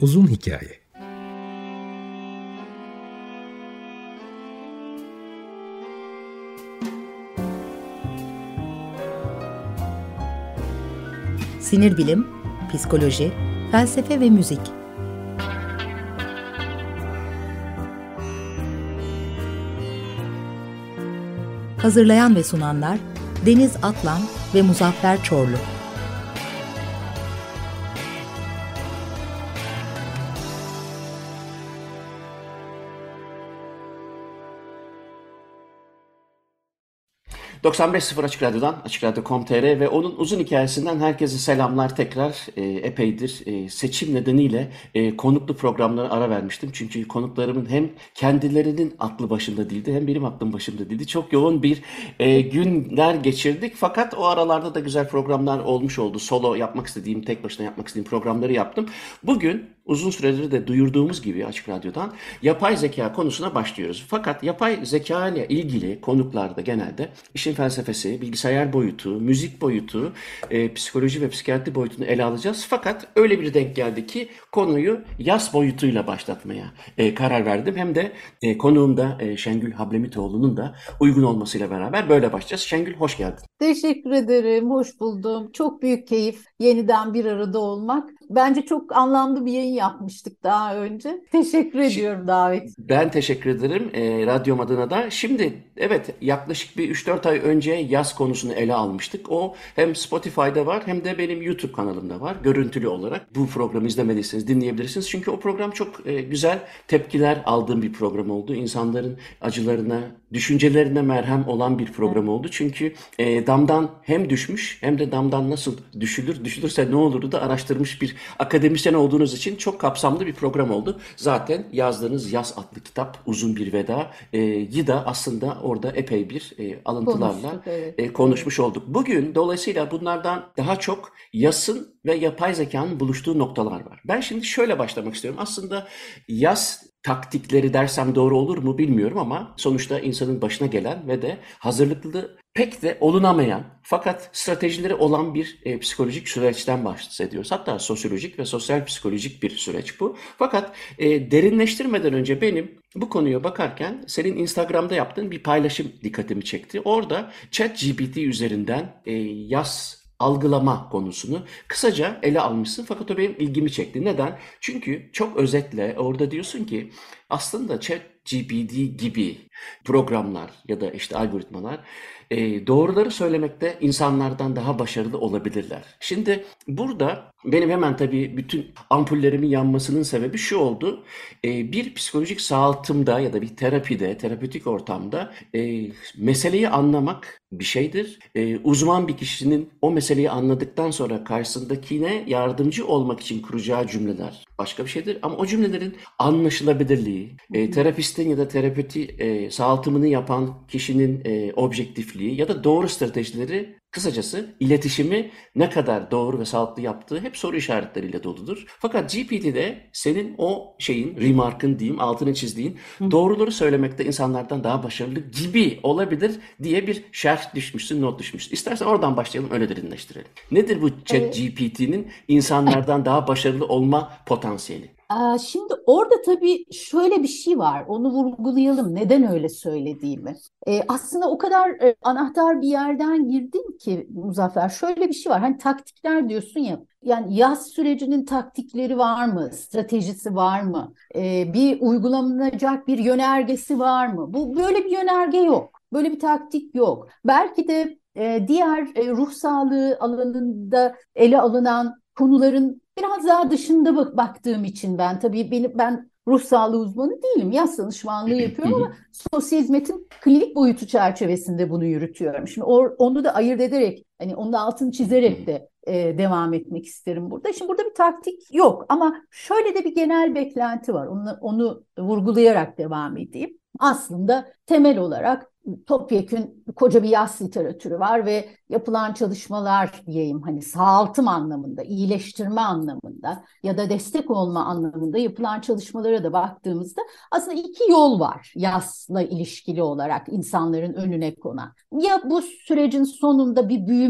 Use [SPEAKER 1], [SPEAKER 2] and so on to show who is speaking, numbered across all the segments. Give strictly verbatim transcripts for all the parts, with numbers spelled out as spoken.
[SPEAKER 1] Uzun hikaye.
[SPEAKER 2] Sinir bilim, psikoloji, felsefe ve müzik. Hazırlayan ve sunanlar Deniz Atlan ve Muzaffer Çorlu.
[SPEAKER 3] doksan beş nokta sıfır Açık Radyo'dan, Açık Radyo nokta com nokta tr ve onun uzun hikayesinden herkese selamlar. Tekrar e, epeydir e, seçim nedeniyle e, konuklu programlara ara vermiştim. Çünkü konuklarımın hem kendilerinin aklı başında değildi, hem benim aklım başımda değildi. Çok yoğun bir e, günler geçirdik. Fakat o aralarda da güzel programlar olmuş oldu. Solo yapmak istediğim, tek başına yapmak istediğim programları yaptım. Bugün uzun süredir de duyurduğumuz gibi Açık Radyo'dan yapay zeka konusuna başlıyoruz. Fakat yapay zeka ile ilgili konuklarda genelde işin felsefesi, bilgisayar boyutu, müzik boyutu, e, psikoloji ve psikiyatri boyutunu ele alacağız. Fakat öyle bir denk geldi ki konuyu yaz boyutuyla başlatmaya e, karar verdim. Hem de e, konuğum da e, Şengül Hablemitoğlu'nun da uygun olmasıyla beraber böyle başlayacağız. Şengül, hoş geldin.
[SPEAKER 4] Teşekkür ederim, hoş buldum. Çok büyük keyif yeniden bir arada olmak. Bence çok anlamlı bir yayın yapmıştık daha önce. Teşekkür ediyorum davet.
[SPEAKER 3] Ben teşekkür ederim e, radyom adına da. Şimdi evet, yaklaşık bir üç dört ay önce yaz konusunu ele almıştık. O hem Spotify'da var hem de benim YouTube kanalımda var. Görüntülü olarak bu programı izlemediyseniz dinleyebilirsiniz. Çünkü o program çok e, güzel tepkiler aldığım bir program oldu. İnsanların acılarına, düşüncelerine merhem olan bir program oldu. Çünkü e, damdan hem düşmüş hem de damdan nasıl düşülür, düşülürse ne olurdu da araştırmış bir akademisyen olduğunuz için çok kapsamlı bir program oldu. Zaten yazdığınız Yaz adlı kitap, uzun bir veda e, yi da aslında orada epey bir e, alıntılarla
[SPEAKER 4] Konuştuk, evet.
[SPEAKER 3] e, konuşmuş olduk. Bugün dolayısıyla bunlardan daha çok yasın ve yapay zekanın buluştuğu noktalar var. Ben şimdi şöyle başlamak istiyorum. Aslında yaz taktikleri dersem doğru olur mu bilmiyorum ama sonuçta insanın başına gelen ve de hazırlıklı pek de olunamayan fakat stratejileri olan bir e, psikolojik süreçten bahsediyoruz. Hatta sosyolojik ve sosyal psikolojik bir süreç bu. Fakat e, derinleştirmeden önce benim bu konuya bakarken senin Instagram'da yaptığın bir paylaşım dikkatimi çekti. Orada ChatGPT üzerinden e, yaz algılama konusunu kısaca ele almışsın, fakat o benim ilgimi çekti. Neden? Çünkü çok özetle orada diyorsun ki aslında ChatGPT gibi programlar ya da işte algoritmalar e, doğruları söylemekte insanlardan daha başarılı olabilirler. Şimdi burada benim hemen tabii bütün ampullerimin yanmasının sebebi şu oldu. E, bir psikolojik sağaltımda ya da bir terapide, terapötik ortamda e, meseleyi anlamak bir şeydir. E, uzman bir kişinin o meseleyi anladıktan sonra karşısındakine yardımcı olmak için kuracağı cümleler başka bir şeydir. Ama o cümlelerin anlaşılabilirliği, e, terapistin ya da terapöti e, sağaltımını yapan kişinin e, objektifliği ya da doğru stratejileri, kısacası iletişimi ne kadar doğru ve sağlıklı yaptığı hep soru işaretleriyle doludur. Fakat G P T'de senin o şeyin, remark'ın diyeyim, altını çizdiğin doğruları söylemekte insanlardan daha başarılı gibi olabilir diye bir şerh düşmüşsün, not düşmüşsün. İstersen oradan başlayalım, öyle derinleştirelim. Nedir bu ChatGPT'nin insanlardan daha başarılı olma potansiyeli?
[SPEAKER 4] Aa, Şimdi orada tabii şöyle bir şey var. Onu vurgulayalım. Neden öyle söylediğimi. Ee, aslında o kadar e, anahtar bir yerden girdin ki Muzaffer. Şöyle bir şey var. Hani taktikler diyorsun ya. Yani yaz sürecinin taktikleri var mı? Stratejisi var mı? Ee, bir uygulanacak bir yönergesi var mı? Bu böyle bir yönerge yok. Böyle bir taktik yok. Belki de e, diğer e, ruh sağlığı alanında ele alınan konuların biraz daha dışında bak baktığım için ben tabii benim ben ruh sağlığı uzmanı değilim. Yaz danışmanlığı yapıyorum ama sosyal hizmetin klinik boyutu çerçevesinde bunu yürütüyorum. Şimdi or, onu da ayırt ederek, hani onun da altını çizerek de e, devam etmek isterim burada. Şimdi burada bir taktik yok ama şöyle de bir genel beklenti var. Onu, onu vurgulayarak devam edeyim. Aslında temel olarak topyekün koca bir yaz literatürü var ve yapılan çalışmalar diyeyim, hani sağaltım anlamında, iyileştirme anlamında ya da destek olma anlamında yapılan çalışmalara da baktığımızda aslında iki yol var yazla ilişkili olarak insanların önüne konan. Ya bu sürecin sonunda bir büyüme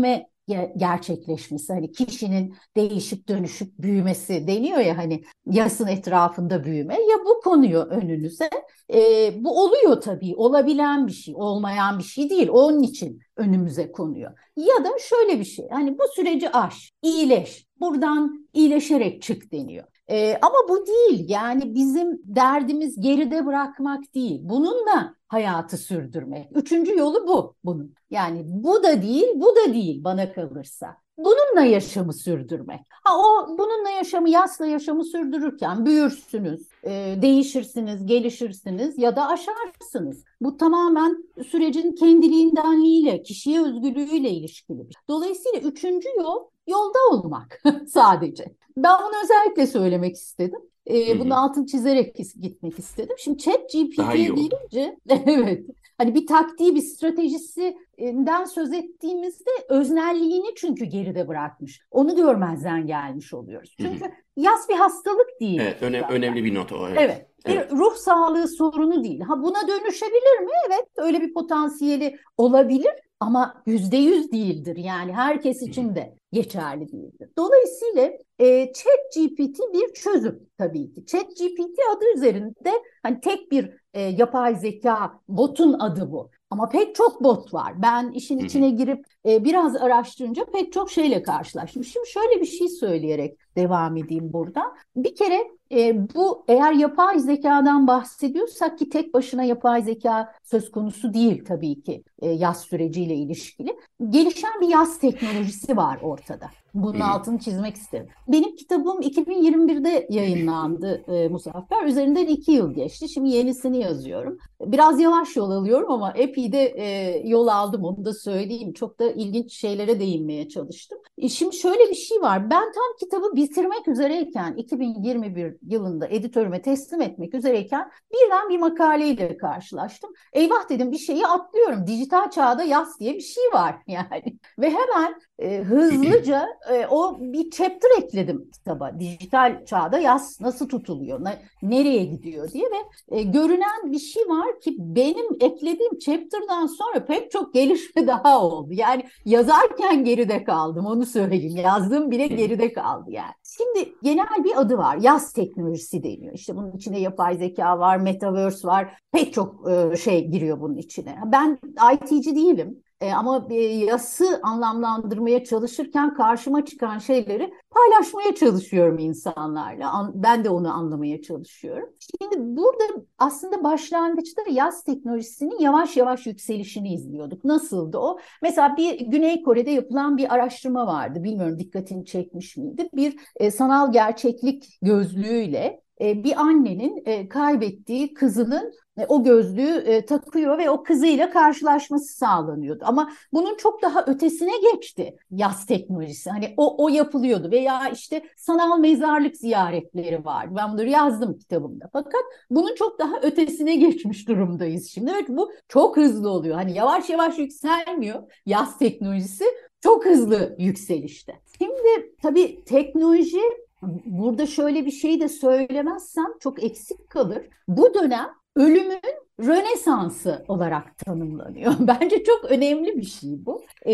[SPEAKER 4] gerçekleşmesi, hani kişinin değişip dönüşüp büyümesi deniyor ya, hani yasın etrafında büyüme, ya bu konuyor önünüze. E, bu oluyor tabii, olabilen bir şey, olmayan bir şey değil, onun için önümüze konuyor. Ya da şöyle bir şey, hani bu süreci aş, iyileş, buradan iyileşerek çık deniyor. Ee, ama bu değil, yani bizim derdimiz geride bırakmak değil, bununla hayatı sürdürmek. Üçüncü yolu bu bunun. Yani bu da değil, bu da değil bana kalırsa. Bununla yaşamı sürdürmek. Ha, o bununla yaşamı, yasla yaşamı sürdürürken büyürsünüz, e, değişirsiniz, gelişirsiniz ya da aşarsınız. Bu tamamen sürecin kendiliğindenliğiyle, kişiye özgürlüğüyle ilişkili bir şey. Dolayısıyla üçüncü yol, yolda olmak sadece. Ben bunu özellikle söylemek istedim.
[SPEAKER 3] Hı
[SPEAKER 4] E, bunun
[SPEAKER 3] hı.
[SPEAKER 4] altını çizerek gitmek istedim. Şimdi
[SPEAKER 3] Daha iyi
[SPEAKER 4] ChatGPT'ye
[SPEAKER 3] oldu.
[SPEAKER 4] gelince, evet, hani bir taktiği, bir stratejisinden söz ettiğimizde öznelliğini çünkü geride bırakmış. Onu görmezden gelmiş oluyoruz.
[SPEAKER 3] Hı hı.
[SPEAKER 4] Çünkü yas bir hastalık değil
[SPEAKER 3] Evet, öne-
[SPEAKER 4] zaten.
[SPEAKER 3] önemli bir not o. Evet.
[SPEAKER 4] Evet,
[SPEAKER 3] Evet.
[SPEAKER 4] bir ruh sağlığı sorunu değil. Ha, buna dönüşebilir mi? Evet, öyle bir potansiyeli olabilir ama yüzde yüz değildir. Yani herkes
[SPEAKER 3] Hı hı.
[SPEAKER 4] için de geçerli değildir. Dolayısıyla e, ChatGPT bir çözüm tabii ki. ChatGPT adı üzerinde, hani tek bir e, yapay zeka botun adı bu. Ama pek çok bot var. Ben işin
[SPEAKER 3] Hı hı.
[SPEAKER 4] içine girip e, biraz araştırınca pek çok şeyle karşılaştım. Şimdi şöyle bir şey söyleyerek devam edeyim burada. Bir kere e, bu, eğer yapay zekadan bahsediyorsak, ki tek başına yapay zeka söz konusu değil tabii ki e, yaz süreciyle ilişkili. Gelişen bir yaz teknolojisi var ortada.
[SPEAKER 3] Hı
[SPEAKER 4] Bunun
[SPEAKER 3] hı.
[SPEAKER 4] altını çizmek isterim. Benim kitabım iki bin yirmi birde yayınlandı e, Muzaffer. Üzerinden iki yıl geçti. Şimdi yenisini yazıyorum. Biraz yavaş yol alıyorum ama epey de e, yol aldım, onu da söyleyeyim. Çok da ilginç şeylere değinmeye çalıştım. E, şimdi şöyle bir şey var. Ben tam kitabı bitirmek üzereyken, iki bin yirmi bir yılında editörüme teslim etmek üzereyken birden bir makaleyle karşılaştım. Eyvah dedim, bir şeyi atlıyorum. Dijital çağda yaz diye bir şey var yani. Ve hemen e, hızlıca e, o bir chapter ekledim kitaba. Dijital çağda yaz nasıl tutuluyor, ne, nereye gidiyor diye. Ve e, görünen bir şey var ki, benim eklediğim chapter'dan sonra pek çok gelişme daha oldu. Yani yazarken geride kaldım, onu söyleyeyim. Yazdığım bile
[SPEAKER 3] Hı hı.
[SPEAKER 4] geride kaldı yani. Şimdi genel bir adı var. Yaz teknolojisi deniyor. İşte bunun içinde yapay zeka var, metaverse var. Pek çok e, şey giriyor bunun içine. Ben I T'ci değilim. E, ama e, yası anlamlandırmaya çalışırken karşıma çıkan şeyleri paylaşmaya çalışıyorum insanlarla. An, ben de onu anlamaya çalışıyorum. Şimdi burada aslında başlangıçta yaz teknolojisinin yavaş yavaş yükselişini izliyorduk. Nasıldı o? Mesela bir Güney Kore'de yapılan bir araştırma vardı. Bilmiyorum, dikkatini çekmiş miydi? Bir e, sanal gerçeklik gözlüğüyle e, bir annenin e, kaybettiği kızının e, o gözlüğü e, takıyor ve o kızıyla karşılaşması sağlanıyordu. Ama bunun çok daha ötesine geçti yaz teknolojisi. Hani o, o yapılıyordu, veya işte sanal mezarlık ziyaretleri var. Ben bunları yazdım kitabımda. Fakat bunun çok daha ötesine geçmiş durumdayız şimdi. Evet, bu çok hızlı oluyor. Hani yavaş yavaş yükselmiyor yaz teknolojisi. Çok hızlı yükselişte. Şimdi tabii teknoloji, burada şöyle bir şey de söylemezsem çok eksik kalır. Bu dönem ölümün Rönesansı olarak tanımlanıyor. Bence çok önemli bir şey bu. Ee,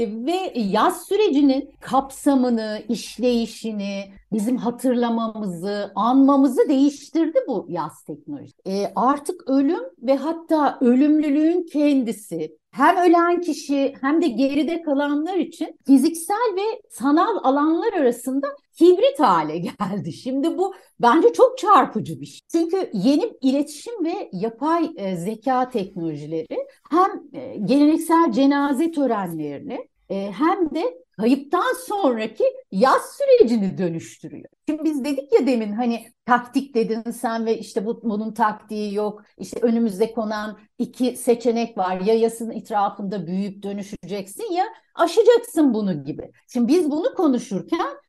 [SPEAKER 4] ve yaz sürecinin kapsamını, işleyişini, bizim hatırlamamızı, anmamızı değiştirdi bu yaz teknolojisi. Ee, artık ölüm ve hatta ölümlülüğün kendisi, hem ölen kişi hem de geride kalanlar için fiziksel ve sanal alanlar arasında hibrit hale geldi. Şimdi bu bence çok çarpıcı bir şey. Çünkü yeni iletişim ve yapay e, zeka teknolojileri hem e, geleneksel cenaze törenlerini e, hem de kayıptan sonraki yaz sürecini dönüştürüyor. Şimdi biz dedik ya demin, hani taktik dedin sen ve işte bu, bunun taktiği yok. İşte önümüzde konan iki seçenek var. Ya yasın etrafında büyüyüp dönüşeceksin, ya aşacaksın bunu gibi. Şimdi biz bunu konuşurken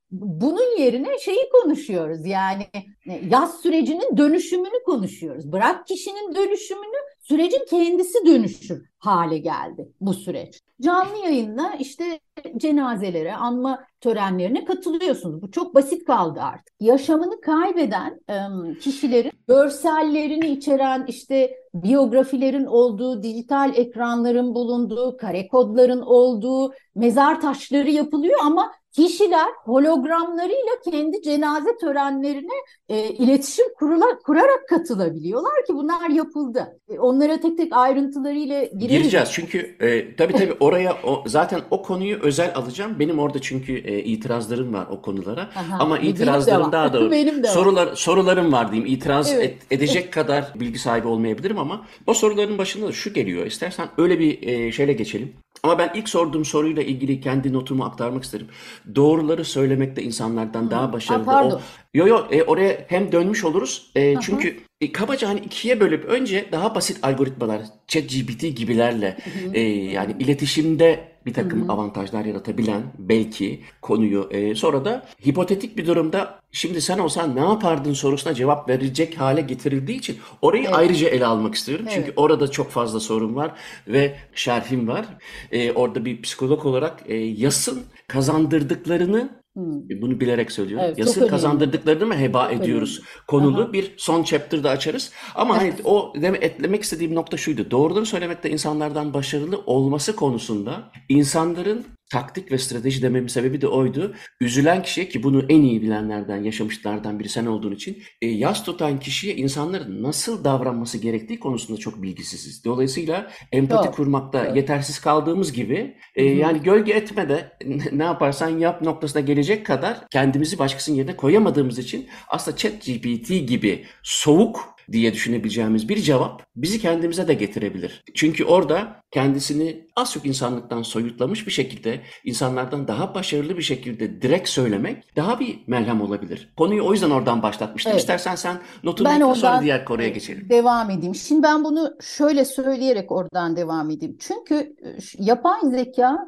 [SPEAKER 4] bunun yerine şeyi konuşuyoruz. Yani yaz sürecinin dönüşümünü konuşuyoruz. Bırak kişinin dönüşümünü, sürecin kendisi dönüşür hale geldi bu süreç. Canlı yayında işte cenazelere, anma törenlerine katılıyorsunuz. Bu çok basit kaldı artık. Yaşamını kaybeden e, kişilerin görsellerini içeren işte biyografilerin olduğu, dijital ekranların bulunduğu, kare kodların olduğu mezar taşları yapılıyor ama kişiler hologramlarıyla kendi cenaze törenlerine e, iletişim kurula, kurarak katılabiliyorlar ki bunlar yapıldı. E, onlara tek tek ayrıntılarıyla gireriz.
[SPEAKER 3] Gireceğiz çünkü e, tabii tabii oraya o, zaten o konuyu özel alacağım. Benim orada çünkü e, itirazlarım var o konulara.
[SPEAKER 4] Aha,
[SPEAKER 3] Ama itirazlarım daha doğru.
[SPEAKER 4] Benim de var.
[SPEAKER 3] Sorular, sorularım var diyeyim. İtiraz
[SPEAKER 4] Evet.
[SPEAKER 3] et, edecek kadar bilgi sahibi olmayabilirim ama o soruların başında da şu geliyor. İstersen öyle bir e, şeyle geçelim. Ama ben ilk sorduğum soruyla ilgili kendi notumu aktarmak isterim. Doğruları söylemekte insanlardan daha başarılı.
[SPEAKER 4] Aa, pardon.
[SPEAKER 3] O, yo yo e, oraya hem dönmüş oluruz. E,
[SPEAKER 4] Aha.
[SPEAKER 3] çünkü e, kabaca hani ikiye bölüp önce daha basit algoritmalar, ChatGPT gibilerle e, yani iletişimde bir takım avantajlar yaratabilen belki konuyu e, sonra da hipotetik bir durumda şimdi sen olsan ne yapardın sorusuna cevap verecek hale getirildiği için orayı
[SPEAKER 4] Evet.
[SPEAKER 3] ayrıca ele almak istiyorum.
[SPEAKER 4] Evet.
[SPEAKER 3] Çünkü orada çok fazla sorun var ve şerhim var. E, orada bir psikolog olarak e, yasın kazandırdıklarını
[SPEAKER 4] Hmm.
[SPEAKER 3] e, bunu bilerek söylüyorum.
[SPEAKER 4] Evet, çok
[SPEAKER 3] Yasın
[SPEAKER 4] önemli.
[SPEAKER 3] kazandırdıklarını mı heba
[SPEAKER 4] Çok
[SPEAKER 3] ediyoruz
[SPEAKER 4] önemli.
[SPEAKER 3] konulu
[SPEAKER 4] Aha.
[SPEAKER 3] bir son chapter'da açarız. Ama hani o deme, etlemek istediğim nokta şuydu. Doğruları söylemekte insanlardan başarılı olması konusunda insanların taktik ve strateji dememin sebebi de oydu. Üzülen kişiye ki bunu en iyi bilenlerden, yaşamışlardan biri sen olduğun için e, yas tutan kişiye insanların nasıl davranması gerektiği konusunda çok bilgisiziz. Dolayısıyla empati
[SPEAKER 4] Çok,
[SPEAKER 3] kurmakta
[SPEAKER 4] çok.
[SPEAKER 3] yetersiz kaldığımız gibi e,
[SPEAKER 4] Hı hı.
[SPEAKER 3] yani gölge etme de ne yaparsan yap noktasına gelecek kadar kendimizi başkasının yerine koyamadığımız için aslında ChatGPT gibi soğuk diye düşünebileceğimiz bir cevap bizi kendimize de getirebilir. Çünkü orada kendisini az çok insanlıktan soyutlamış bir şekilde insanlardan daha başarılı bir şekilde direkt söylemek daha bir melhem olabilir. Konuyu o yüzden oradan başlatmıştım.
[SPEAKER 4] Evet.
[SPEAKER 3] İstersen sen notunu
[SPEAKER 4] Ben
[SPEAKER 3] ekle sonra
[SPEAKER 4] oradan
[SPEAKER 3] diğer konuya
[SPEAKER 4] e,
[SPEAKER 3] geçelim.
[SPEAKER 4] devam edeyim. Şimdi ben bunu şöyle söyleyerek oradan devam edeyim. Çünkü e, şu- yapay zeka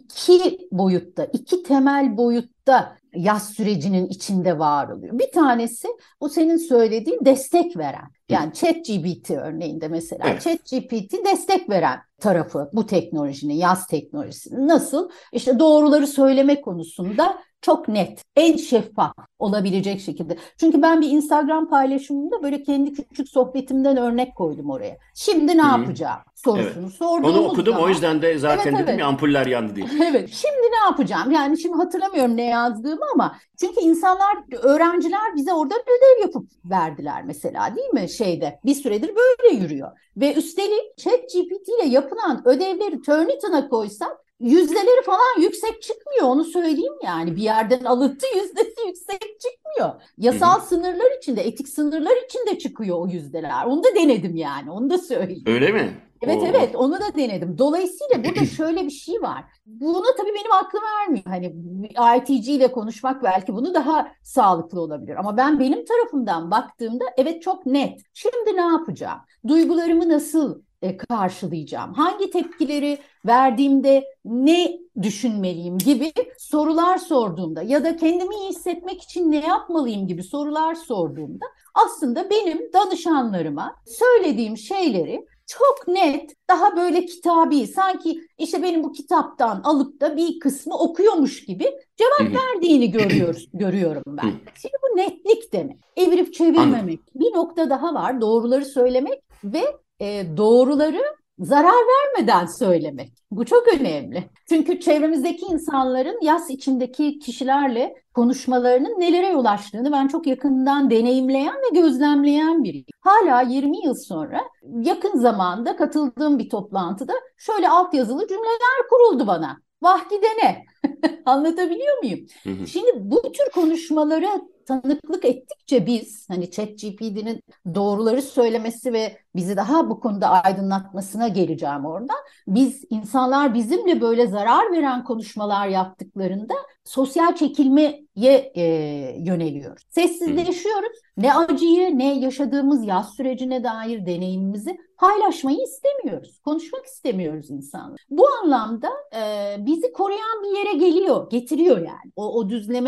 [SPEAKER 4] iki boyutta, iki temel boyutta yaz sürecinin içinde var oluyor. Bir tanesi o senin söylediğin destek veren. Yani ChatGPT örneğinde mesela
[SPEAKER 3] Evet.
[SPEAKER 4] ChatGPT destek veren tarafı bu teknolojinin, yaz teknolojisinin. Nasıl? İşte doğruları söyleme konusunda çok net, en şeffaf olabilecek şekilde. Çünkü ben bir Instagram paylaşımında böyle kendi küçük sohbetimden örnek koydum oraya. Şimdi ne
[SPEAKER 3] Hı hı.
[SPEAKER 4] yapacağım sorusunu
[SPEAKER 3] Evet.
[SPEAKER 4] sorduğumuz
[SPEAKER 3] Onu okudum
[SPEAKER 4] zaman.
[SPEAKER 3] o yüzden de zaten
[SPEAKER 4] Evet,
[SPEAKER 3] dedim
[SPEAKER 4] evet.
[SPEAKER 3] ya ampuller yandı diye.
[SPEAKER 4] Evet, şimdi ne yapacağım? Yani şimdi hatırlamıyorum ne yazdığımı ama çünkü insanlar, öğrenciler bize orada ödev yapıp verdiler mesela değil mi şeyde? Bir süredir böyle yürüyor. Ve üstelik ChatGPT ile yapılan ödevleri Turnitin'a koysak yüzdeleri falan yüksek çıkmıyor. Onu söyleyeyim yani. Bir yerden alıntı yüzdesi yüksek çıkmıyor. Yasal
[SPEAKER 3] Hı hı.
[SPEAKER 4] sınırlar içinde, etik sınırlar içinde çıkıyor o yüzdeler. Onu da denedim yani. Onu da söyleyeyim.
[SPEAKER 3] Öyle mi?
[SPEAKER 4] Evet,
[SPEAKER 3] Oo.
[SPEAKER 4] evet, onu da denedim. Dolayısıyla burada şöyle bir şey var. Bunu tabii benim aklım ermiyor. Hani I T G ile konuşmak belki bunu daha sağlıklı olabilir. Ama ben benim tarafımdan baktığımda evet çok net. Şimdi ne yapacağım? Duygularımı nasıl e, karşılayacağım? Hangi tepkileri verdiğimde ne düşünmeliyim gibi sorular sorduğumda ya da kendimi iyi hissetmek için ne yapmalıyım gibi sorular sorduğumda aslında benim danışanlarıma söylediğim şeyleri çok net, daha böyle kitabi, sanki işte benim bu kitaptan alıp da bir kısmı okuyormuş gibi
[SPEAKER 3] Hı
[SPEAKER 4] cevap
[SPEAKER 3] hı.
[SPEAKER 4] verdiğini görüyoruz, görüyorum
[SPEAKER 3] Hı.
[SPEAKER 4] ben. Şimdi bu netlik demek. Evirip
[SPEAKER 3] Anladım.
[SPEAKER 4] çevirmemek. Bir nokta daha var. Doğruları söylemek ve e, doğruları zarar vermeden söylemek. Bu çok önemli. Çünkü çevremizdeki insanların yas içindeki kişilerle konuşmalarının nelere yol açtığını ben çok yakından deneyimleyen ve gözlemleyen biriyim. Hala yirmi yıl sonra yakın zamanda katıldığım bir toplantıda şöyle altyazılı cümleler kuruldu bana. Vah gidene. Anlatabiliyor muyum?
[SPEAKER 3] Hı hı.
[SPEAKER 4] Şimdi bu tür konuşmalara tanıklık ettikçe biz hani ChatGPT'nin doğruları söylemesi ve bizi daha bu konuda aydınlatmasına geleceğim oradan. Biz insanlar bizimle böyle zarar veren konuşmalar yaptıklarında sosyal çekilmeye e, yöneliyoruz.
[SPEAKER 3] Hı hı.
[SPEAKER 4] Sessizleşiyoruz. Ne acıyı ne yaşadığımız yaz sürecine dair deneyimimizi paylaşmayı istemiyoruz. Konuşmak istemiyoruz insanlar. Bu anlamda e, bizi koruyan bir yere geliyor, getiriyor yani. O, o düzleme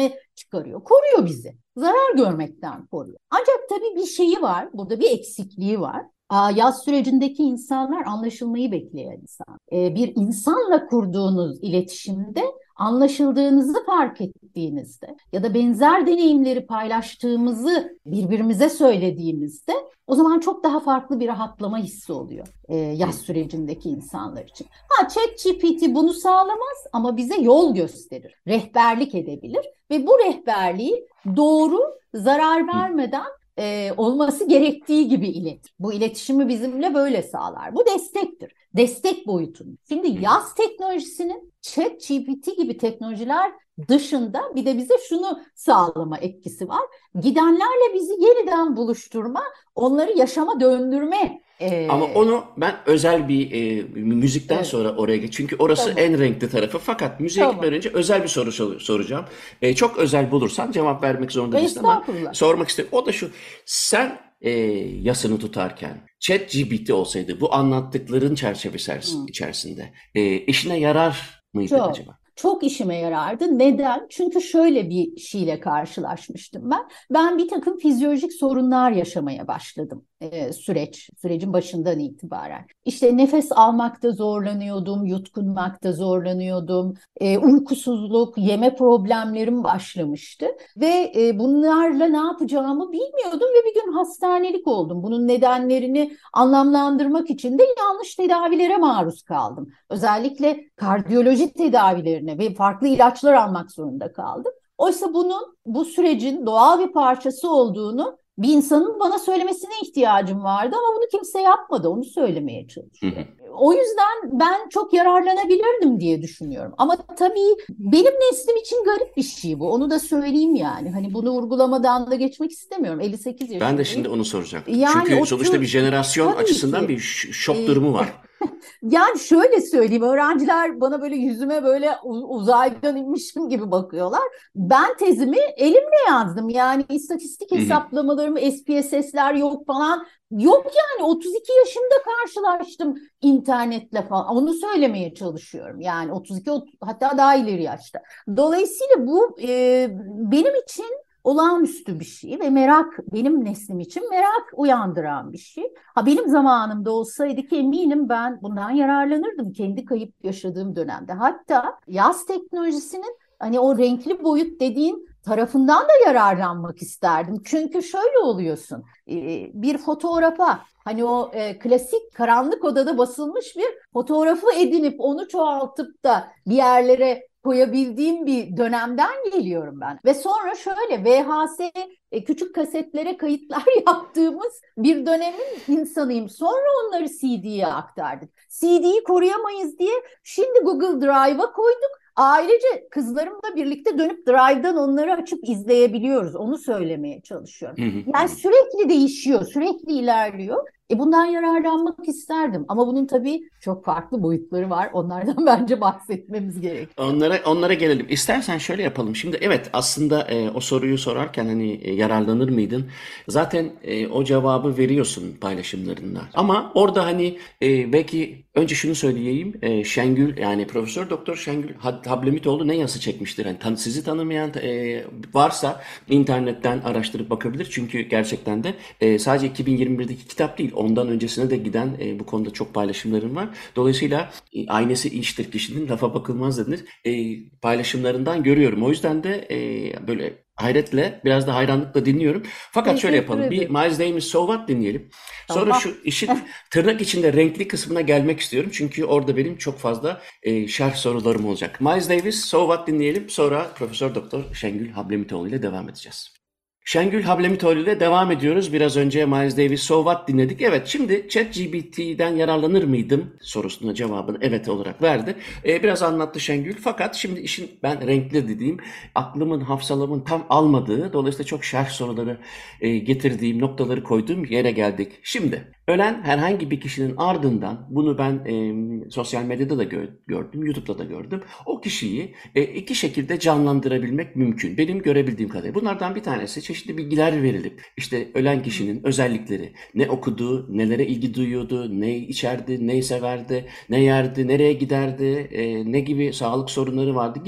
[SPEAKER 4] çıkarıyor. Koruyor bizi. Zarar görmekten koruyor. Ancak tabii bir şeyi var. Burada bir eksikliği var. Aa, yaz sürecindeki insanlar anlaşılmayı bekleyen insan. Ee, bir insanla kurduğunuz iletişimde anlaşıldığınızı fark ettiğinizde ya da benzer deneyimleri paylaştığımızı birbirimize söylediğimizde o zaman çok daha farklı bir rahatlama hissi oluyor e, yaz sürecindeki insanlar için. Ha, ChatGPT bunu sağlamaz ama bize yol gösterir, rehberlik edebilir ve bu rehberliği doğru, zarar vermeden e, olması gerektiği gibi iletir. Bu iletişimi bizimle böyle sağlar. Bu destektir. Destek boyutunun. Şimdi yaz teknolojisinin ChatGPT gibi teknolojiler dışında bir de bize şunu sağlama etkisi var. Gidenlerle bizi yeniden buluşturma, onları yaşama döndürme. Ee,
[SPEAKER 3] Ama onu ben özel bir e, müzikten
[SPEAKER 4] evet.
[SPEAKER 3] sonra oraya geç. Çünkü orası
[SPEAKER 4] Tamam.
[SPEAKER 3] en renkli tarafı. Fakat müziğe
[SPEAKER 4] Tamam.
[SPEAKER 3] gitmeden önce özel bir soru sor- soracağım. E, çok özel bulursan cevap vermek zorunda değilsin ama
[SPEAKER 4] Estağfurullah.
[SPEAKER 3] sormak istiyorum. O da şu. Sen e, yasını tutarken ChatGPT olsaydı bu anlattıkların çerçevesi
[SPEAKER 4] Hı.
[SPEAKER 3] içerisinde e, işine yarar mıydı
[SPEAKER 4] Çok.
[SPEAKER 3] acaba?
[SPEAKER 4] Çok işime yarardı. Neden? Çünkü şöyle bir şeyle karşılaşmıştım ben. Ben bir takım fizyolojik sorunlar yaşamaya başladım e, süreç, sürecin başından itibaren. İşte nefes almakta zorlanıyordum, yutkunmakta zorlanıyordum, e, uykusuzluk, yeme problemlerim başlamıştı. Ve e, bunlarla ne yapacağımı bilmiyordum ve bir gün hastanelik oldum. Bunun nedenlerini anlamlandırmak için de yanlış tedavilere maruz kaldım. Özellikle kardiyoloji tedavilerine ve farklı ilaçlar almak zorunda kaldım. Oysa bunun bu sürecin doğal bir parçası olduğunu bir insanın bana söylemesine ihtiyacım vardı ama bunu kimse yapmadı. Onu söylemeye çalışıyor. O yüzden ben çok yararlanabilirdim diye düşünüyorum. Ama tabii benim neslim için garip bir şey bu. Onu da söyleyeyim yani. Hani bunu vurgulamadan da geçmek istemiyorum. elli sekiz yaşındayım.
[SPEAKER 3] Ben de şimdi onu soracaktım.
[SPEAKER 4] Yani
[SPEAKER 3] Çünkü
[SPEAKER 4] o
[SPEAKER 3] sonuçta
[SPEAKER 4] tür-
[SPEAKER 3] bir jenerasyon
[SPEAKER 4] tabii
[SPEAKER 3] açısından
[SPEAKER 4] ki.
[SPEAKER 3] bir ş- şok
[SPEAKER 4] Ee,
[SPEAKER 3] durumu var.
[SPEAKER 4] Yani şöyle söyleyeyim, öğrenciler bana böyle yüzüme böyle u- uzaydan inmişim gibi bakıyorlar. Ben tezimi elimle yazdım. Yani istatistik
[SPEAKER 3] Hı hı.
[SPEAKER 4] hesaplamalarım, S P S S'ler yok falan. Yok yani otuz iki yaşımda karşılaştım internetle falan. Onu söylemeye çalışıyorum. Yani otuz iki ot- hatta daha ileri yaşta. Dolayısıyla bu e, benim için olağanüstü bir şey ve merak, benim neslim için merak uyandıran bir şey. Ha, benim zamanımda olsaydı ki eminim ben bundan yararlanırdım kendi kayıp yaşadığım dönemde. Hatta yaz teknolojisinin hani o renkli boyut dediğin tarafından da yararlanmak isterdim. Çünkü şöyle oluyorsun, bir fotoğrafa hani o e, klasik karanlık odada basılmış bir fotoğrafı edinip onu çoğaltıp da bir yerlere koyabildiğim bir dönemden geliyorum ben. Ve sonra şöyle V H S e, küçük kasetlere kayıtlar yaptığımız bir dönemin insanıyım. Sonra onları C D'ye aktardık. C D'yi koruyamayız diye şimdi Google Drive'a koyduk. Ailece kızlarımla birlikte dönüp Drive'dan onları açıp izleyebiliyoruz. Onu söylemeye çalışıyorum.
[SPEAKER 3] Hı hı.
[SPEAKER 4] Yani sürekli değişiyor, sürekli ilerliyor. E bundan yararlanmak isterdim. Ama bunun tabii çok farklı boyutları var. Onlardan bence bahsetmemiz gerekiyor.
[SPEAKER 3] Onlara onlara gelelim. İstersen şöyle yapalım. Şimdi evet aslında e, o soruyu sorarken hani e, yararlanır mıydın? Zaten e, o cevabı veriyorsun paylaşımlarında. Ama orada hani e, belki önce şunu söyleyeyim. E, Şengül yani Profesör Doktor Şengül Hablemitoğlu ne yazı çekmiştir? Yani tan sizi tanımayan e, varsa internetten araştırıp bakabilir. Çünkü gerçekten de e, sadece iki bin yirmi birdeki kitap değil. Ondan öncesine de giden e, bu konuda çok paylaşımlarım var. Dolayısıyla e, aynesi iştir kişinin lafa bakılmaz denir. E, paylaşımlarından görüyorum. O yüzden de e, böyle hayretle biraz da hayranlıkla dinliyorum. Fakat şöyle
[SPEAKER 4] Teşekkür
[SPEAKER 3] yapalım. Bir
[SPEAKER 4] ederim.
[SPEAKER 3] Miles Davis So What dinleyelim. Sonra
[SPEAKER 4] Tamam.
[SPEAKER 3] şu işin tırnak içinde renkli kısmına gelmek istiyorum. Çünkü orada benim çok fazla e, şerh sorularım olacak. Miles Davis So What dinleyelim. Sonra Profesör Doktor Şengül Hablemitoğlu ile devam edeceğiz. Şengül Hablemitoğlu ile devam ediyoruz. Biraz önce Miles Davis So What dinledik. Evet, şimdi ChatGPT'den yararlanır mıydım sorusuna cevabını evet olarak verdi. Ee, biraz anlattı Şengül. Fakat şimdi işin ben renkli dediğim, aklımın, hafsalamın tam almadığı, dolayısıyla çok şerh soruları e, getirdiğim, noktaları koyduğum yere geldik. Şimdi ölen herhangi bir kişinin ardından, bunu ben e, sosyal medyada da gö- gördüm, YouTube'da da gördüm. O kişiyi e, iki şekilde canlandırabilmek mümkün. Benim görebildiğim kadarıyla. Bunlardan bir tanesi çeşitli bilgiler verilip, işte ölen kişinin özellikleri, ne okuduğu, nelere ilgi duyuyordu, ne içerdi, neyi severdi, ne yerdi, nereye giderdi, e, ne gibi sağlık sorunları vardı gibi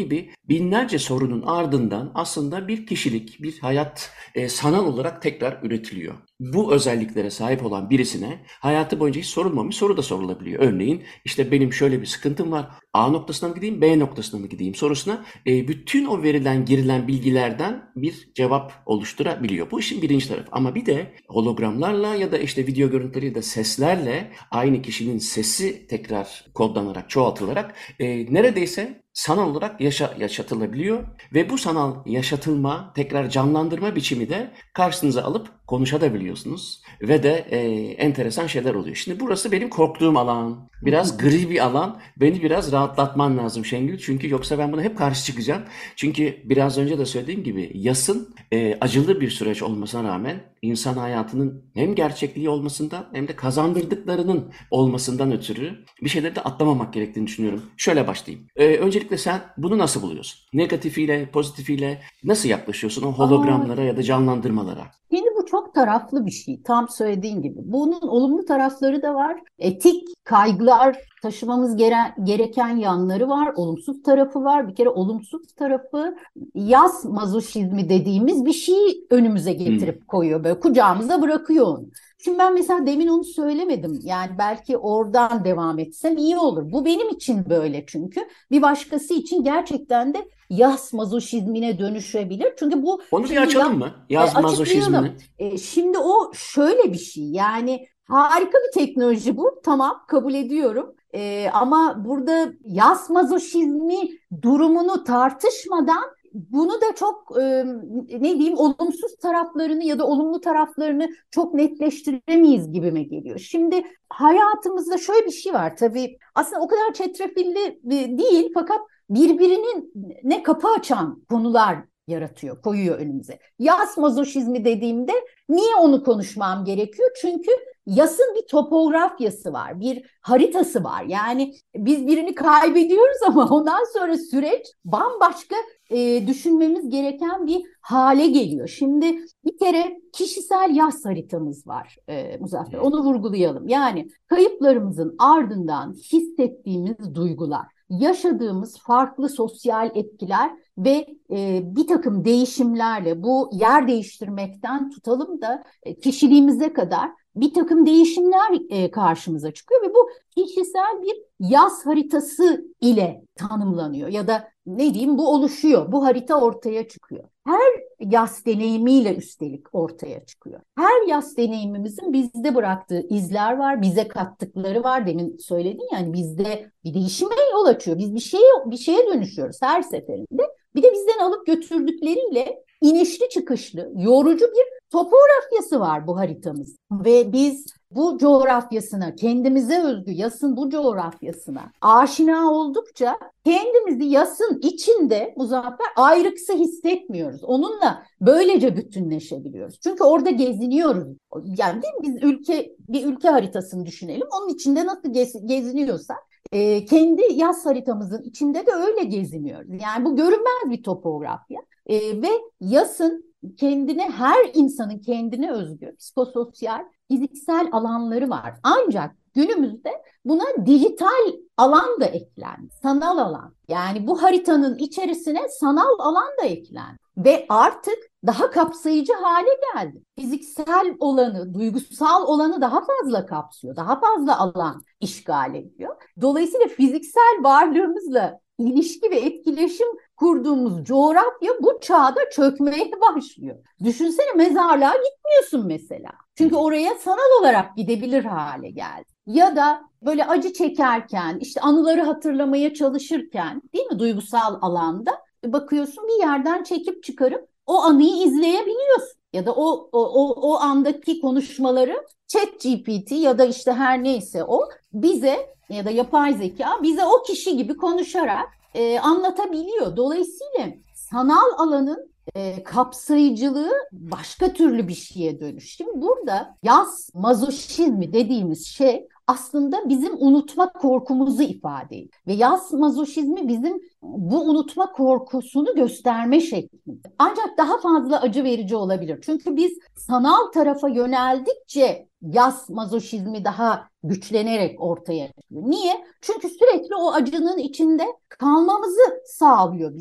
[SPEAKER 3] binlerce sorunun ardından aslında bir kişilik, bir hayat e, sanal olarak tekrar üretiliyor. Bu özelliklere sahip olan birisine hayatı boyunca hiç sorulmamış soru da sorulabiliyor. Örneğin işte benim şöyle bir sıkıntım var. A noktasına mı gideyim, B noktasına mı gideyim sorusuna e, bütün o verilen, girilen bilgilerden bir cevap oluşturabiliyor. Bu işin birinci tarafı. Ama bir de hologramlarla ya da işte video görüntüleri ya da seslerle aynı kişinin sesi tekrar kodlanarak, çoğaltılarak e, neredeyse sanal olarak yaşa, yaşatılabiliyor ve bu sanal yaşatılma, tekrar canlandırma biçimi de karşınıza alıp konuşabiliyorsunuz ve de e, enteresan şeyler oluyor. Şimdi burası benim korktuğum alan. Biraz gri bir alan. Beni biraz rahatlatman lazım Şengül. Çünkü yoksa ben buna hep karşı çıkacağım. Çünkü biraz önce de söylediğim gibi yasın e, acılı bir süreç olmasına rağmen insan hayatının hem gerçekliği olmasından hem de kazandırdıklarının olmasından ötürü bir şeyleri de atlamamak gerektiğini düşünüyorum. Şöyle başlayayım. E, öncelikle sen bunu nasıl buluyorsun? Negatifiyle, pozitifiyle nasıl yaklaşıyorsun o hologramlara
[SPEAKER 4] Aa,
[SPEAKER 3] ya da canlandırmalara?
[SPEAKER 4] Şimdi bu çok taraflı bir şey. Tam söylediğin gibi. Bunun olumlu tarafları da var. Etik kaygılar taşımamız gere- gereken yanları var. Olumsuz tarafı var. Bir kere olumsuz tarafı yas mazoşizmi dediğimiz bir şeyi önümüze
[SPEAKER 3] Hmm.
[SPEAKER 4] getirip koyuyor. Böyle kucağımıza bırakıyor onu. Şimdi ben mesela demin onu söylemedim. Yani belki oradan devam etsem iyi olur. Bu benim için böyle çünkü. Bir başkası için gerçekten de yas mazoşizmine dönüşebilir. Çünkü bu
[SPEAKER 3] Onu bir
[SPEAKER 4] şimdi
[SPEAKER 3] açalım
[SPEAKER 4] ya,
[SPEAKER 3] mı?
[SPEAKER 4] e,
[SPEAKER 3] Yaz mazoşizmini.
[SPEAKER 4] açıklayalım. E, şimdi o şöyle bir şey. Yani harika bir teknoloji bu. Tamam, kabul ediyorum. E, ama burada yas mazoşizmi durumunu tartışmadan bunu da çok e, ne diyeyim olumsuz taraflarını ya da olumlu taraflarını çok netleştiremeyiz gibime geliyor. Şimdi hayatımızda şöyle bir şey var tabii aslında o kadar çetrefilli e, değil fakat birbirinin ne kapı açan konular yaratıyor, koyuyor önümüze. Yas mazoşizmi dediğimde niye onu konuşmam gerekiyor? Çünkü yasın bir topografyası var, bir haritası var. Yani biz birini kaybediyoruz ama ondan sonra süreç bambaşka e, düşünmemiz gereken bir hale geliyor. Şimdi bir kere kişisel yas haritamız var e, Muzaffer. Onu vurgulayalım. Yani kayıplarımızın ardından hissettiğimiz duygular, yaşadığımız farklı sosyal etkiler ve e, bir takım değişimlerle bu yer değiştirmekten tutalım da e, kişiliğimize kadar bir takım değişimler e, karşımıza çıkıyor ve bu kişisel bir yaz haritası ile tanımlanıyor ya da ne diyeyim bu oluşuyor. Bu harita ortaya çıkıyor. Her yaz deneyimiyle üstelik ortaya çıkıyor. Her yaz deneyimimizin bizde bıraktığı izler var, bize kattıkları var. Demin söyledin yani bizde bir değişime yol açıyor. Biz bir şeye bir şeye dönüşüyoruz her seferinde. Bir de bizden alıp götürdükleriyle inişli çıkışlı, yorucu bir topografyası var bu haritamız. Ve biz bu coğrafyasına, kendimize özgü yasın bu coğrafyasına aşina oldukça kendimizi yasın içinde Muzaffer ayrıksı hissetmiyoruz. Onunla böylece bütünleşebiliyoruz. Çünkü orada geziniyoruz. Yani değil mi? Biz ülke bir ülke haritasını düşünelim. Onun içinde nasıl gez, geziniyorsak e, kendi yas haritamızın içinde de öyle geziniyoruz. Yani bu görünmez bir topografya. E, ve yasın kendine her insanın kendine özgü psikososyal, fiziksel alanları var. Ancak günümüzde buna dijital alan da eklendi. Sanal alan. Yani bu haritanın içerisine sanal alan da eklendi. Ve artık daha kapsayıcı hale geldi. Fiziksel olanı, duygusal olanı daha fazla kapsıyor. Daha fazla alan işgal ediyor. Dolayısıyla fiziksel varlığımızla ilişki ve etkileşim kurduğumuz coğrafya bu çağda çökmeye başlıyor. Düşünsene mezarlığa gitmiyorsun mesela. Çünkü oraya sanal olarak gidebilir hale geldi. Ya da böyle acı çekerken, işte anıları hatırlamaya çalışırken, değil mi duygusal alanda bakıyorsun bir yerden çekip çıkarıp o anıyı izleyebiliyorsun. Ya da o o o, o andaki konuşmaları ChatGPT ya da işte her neyse o bize ya da yapay zeka bize o kişi gibi konuşarak e, anlatabiliyor. Dolayısıyla sanal alanın e, kapsayıcılığı başka türlü bir şeye dönüş. Şimdi burada yaz mazoşizmi dediğimiz şey aslında bizim unutma korkumuzu ifade ediyor. Ve yaz mazoşizmi bizim bu unutma korkusunu gösterme şeklinde. Ancak daha fazla acı verici olabilir. Çünkü biz sanal tarafa yöneldikçe yaz mazoşizmi daha güçlenerek ortaya çıkıyor. Niye? Çünkü sürekli o acının içinde kalmamızı sağlıyor bizim.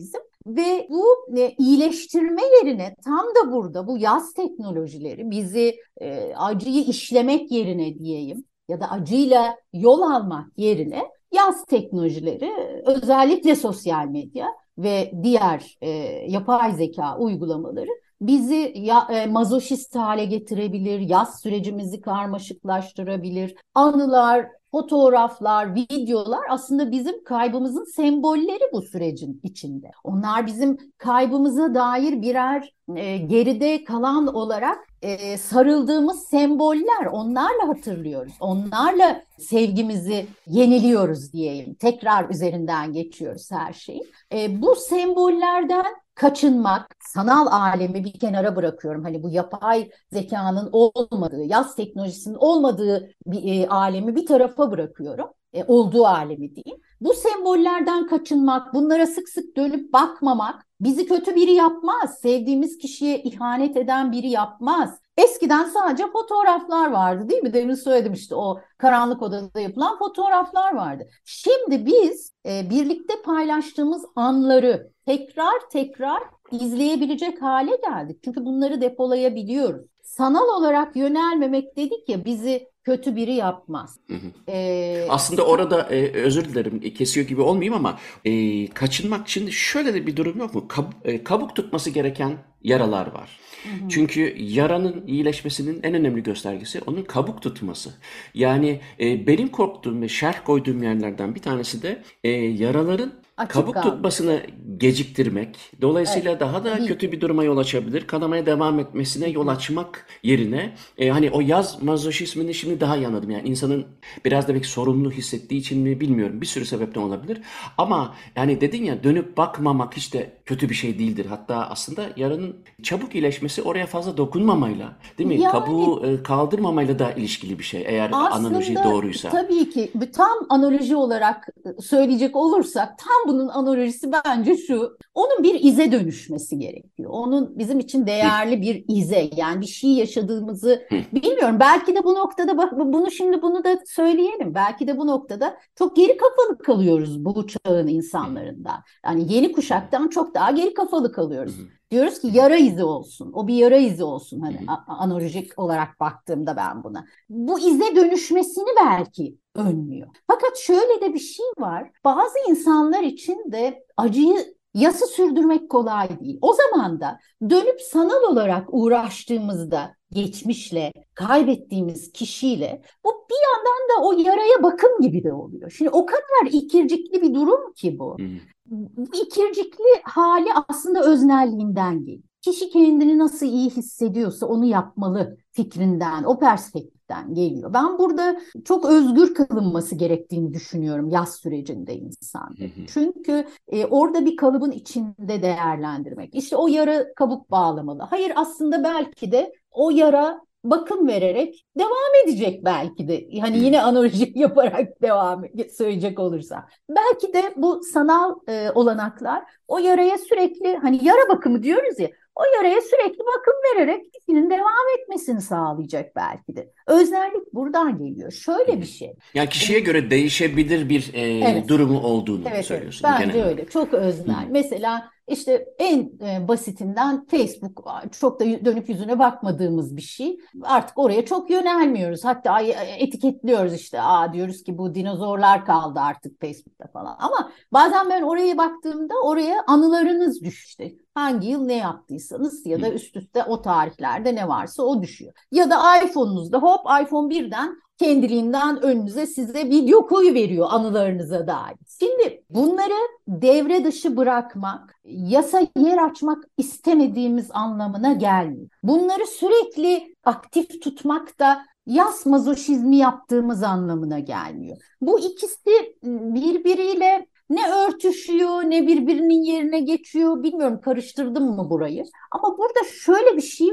[SPEAKER 4] Ve bu e, iyileştirme yerine tam da burada bu yaz teknolojileri bizi e, acıyı işlemek yerine diyeyim ya da acıyla yol almak yerine yaz teknolojileri özellikle sosyal medya ve diğer e, yapay zeka uygulamaları bizi ya, e, mazoşist hale getirebilir, yaz sürecimizi karmaşıklaştırabilir. Anılar, fotoğraflar, videolar aslında bizim kaybımızın sembolleri bu sürecin içinde. Onlar bizim kaybımıza dair birer e, geride kalan olarak e, sarıldığımız semboller. Onlarla hatırlıyoruz. Onlarla sevgimizi yeniliyoruz diyeyim. Tekrar üzerinden geçiyoruz her şeyi. E, bu sembollerden kaçınmak, sanal alemi bir kenara bırakıyorum. Hani bu yapay zekanın olmadığı, yaz teknolojisinin olmadığı bir e, alemi bir tarafa bırakıyorum. E, olduğu alemi diyeyim. Bu sembollerden kaçınmak, bunlara sık sık dönüp bakmamak bizi kötü biri yapmaz. Sevdiğimiz kişiye ihanet eden biri yapmaz. Eskiden sadece fotoğraflar vardı değil mi? Demin söyledim işte o karanlık odada yapılan fotoğraflar vardı. Şimdi biz e, birlikte paylaştığımız anları tekrar tekrar izleyebilecek hale geldik. Çünkü bunları depolayabiliyoruz. Sanal olarak yönelmemek dedik ya bizi kötü biri yapmaz.
[SPEAKER 3] Hı hı.
[SPEAKER 4] Ee,
[SPEAKER 3] Aslında orada e, özür dilerim e, kesiyor gibi olmayayım ama e, kaçınmak şimdi şöyle de bir durum yok mu? Kab- e, kabuk tutması gereken yaralar var.
[SPEAKER 4] Hı hı.
[SPEAKER 3] Çünkü yaranın iyileşmesinin en önemli göstergesi onun kabuk tutması. Yani e, benim korktuğum ve şerh koyduğum yerlerden bir tanesi de e, yaraların
[SPEAKER 4] Açık
[SPEAKER 3] kabuk
[SPEAKER 4] kaldı.
[SPEAKER 3] tutmasını geciktirmek. Dolayısıyla
[SPEAKER 4] Evet,
[SPEAKER 3] daha da
[SPEAKER 4] tabii
[SPEAKER 3] kötü
[SPEAKER 4] ki.
[SPEAKER 3] bir duruma yol açabilir. Kanamaya devam etmesine
[SPEAKER 4] Hı
[SPEAKER 3] yol
[SPEAKER 4] hı.
[SPEAKER 3] açmak yerine e, hani o yaz mazoşizmini şimdi daha iyi anladım. Yani insanın biraz da belki sorumlu hissettiği için mi bilmiyorum. Bir sürü sebepten olabilir. Ama yani dedin ya dönüp bakmamak hiç de kötü bir şey değildir. Hatta aslında yaranın çabuk iyileşmesi oraya fazla dokunmamayla, değil mi?
[SPEAKER 4] Yani
[SPEAKER 3] Kabuğu e, kaldırmamayla da ilişkili bir şey. Eğer analoji
[SPEAKER 4] aslında
[SPEAKER 3] doğruysa.
[SPEAKER 4] tabii ki tam analoji olarak söyleyecek olursak tam bunun analojisi bence şu. Onun bir ize dönüşmesi gerekiyor. Onun bizim için
[SPEAKER 3] Hı,
[SPEAKER 4] değerli bir ize yani bir şey yaşadığımızı
[SPEAKER 3] hı,
[SPEAKER 4] bilmiyorum. Belki de bu noktada bak bunu şimdi bunu da söyleyelim. Belki de bu noktada çok geri kafalı kalıyoruz bu çağın
[SPEAKER 3] hı,
[SPEAKER 4] insanlarından. Yani yeni
[SPEAKER 3] hı,
[SPEAKER 4] kuşaktan çok daha geri kafalı
[SPEAKER 3] hı,
[SPEAKER 4] kalıyoruz.
[SPEAKER 3] hı,
[SPEAKER 4] Diyoruz ki
[SPEAKER 3] hı,
[SPEAKER 4] yara izi olsun. O bir yara izi olsun
[SPEAKER 3] hı,
[SPEAKER 4] hani
[SPEAKER 3] hı.
[SPEAKER 4] a- analojik olarak baktığımda ben buna. Bu ize dönüşmesini belki önlüyor. Fakat şöyle de bir şey var. Bazı insanlar için de acıyı yası sürdürmek kolay değil. O zaman da dönüp sanal olarak uğraştığımızda geçmişle, kaybettiğimiz kişiyle bu bir yandan da o yaraya bakım gibi de oluyor. Şimdi o kadar ikircikli bir durum ki bu.
[SPEAKER 3] Hı.
[SPEAKER 4] Bu ikircikli hali aslında öznelliğinden geliyor. Kişi kendini nasıl iyi hissediyorsa onu yapmalı fikrinden, o perspektiften geliyor. Ben burada çok özgür kılınması gerektiğini düşünüyorum yaz sürecinde
[SPEAKER 3] Hı
[SPEAKER 4] insanda.
[SPEAKER 3] hı.
[SPEAKER 4] Çünkü e, orada bir kalıbın içinde değerlendirmek. İşte o yara kabuk bağlamalı. Hayır aslında belki de o yara bakım vererek devam edecek belki de. Hani
[SPEAKER 3] Hı.
[SPEAKER 4] yine analojik yaparak devam söyleyecek olursam. Belki de bu sanal e, olanaklar o yaraya sürekli hani yara bakımı diyoruz ya o yaraya sürekli bakım vererek kişinin devam etmesini sağlayacak belki de. Öznellik buradan geliyor.
[SPEAKER 3] Hı
[SPEAKER 4] Şöyle
[SPEAKER 3] hı.
[SPEAKER 4] bir şey.
[SPEAKER 3] Yani kişiye göre değişebilir bir e,
[SPEAKER 4] Evet.
[SPEAKER 3] durumu olduğunu
[SPEAKER 4] Evet evet
[SPEAKER 3] söylüyorsun genel
[SPEAKER 4] bence
[SPEAKER 3] olarak.
[SPEAKER 4] öyle çok
[SPEAKER 3] Hı hı.
[SPEAKER 4] öznel. Mesela işte en e, basitinden Facebook çok da dönüp yüzüne bakmadığımız bir şey. Artık oraya çok yönelmiyoruz. Hatta etiketliyoruz işte aa diyoruz ki bu dinozorlar kaldı artık Facebook'ta falan. Ama bazen ben oraya baktığımda oraya anılarınız düştü. Hangi yıl ne yaptıysanız ya
[SPEAKER 3] Hı.
[SPEAKER 4] da üst üste o tarihlerde ne varsa o düşüyor. Ya da iPhone'unuzda hop iPhone birden kendiliğinden önünüze size video koyu veriyor anılarınıza dair. Şimdi bunları devre dışı bırakmak, yasa yer açmak istemediğimiz anlamına gelmiyor. Bunları sürekli aktif tutmak da yas mazoşizmi yaptığımız anlamına gelmiyor. Bu ikisi birbiriyle ne örtüşüyor ne birbirinin yerine geçiyor bilmiyorum karıştırdım mı burayı. Ama burada şöyle bir şey var.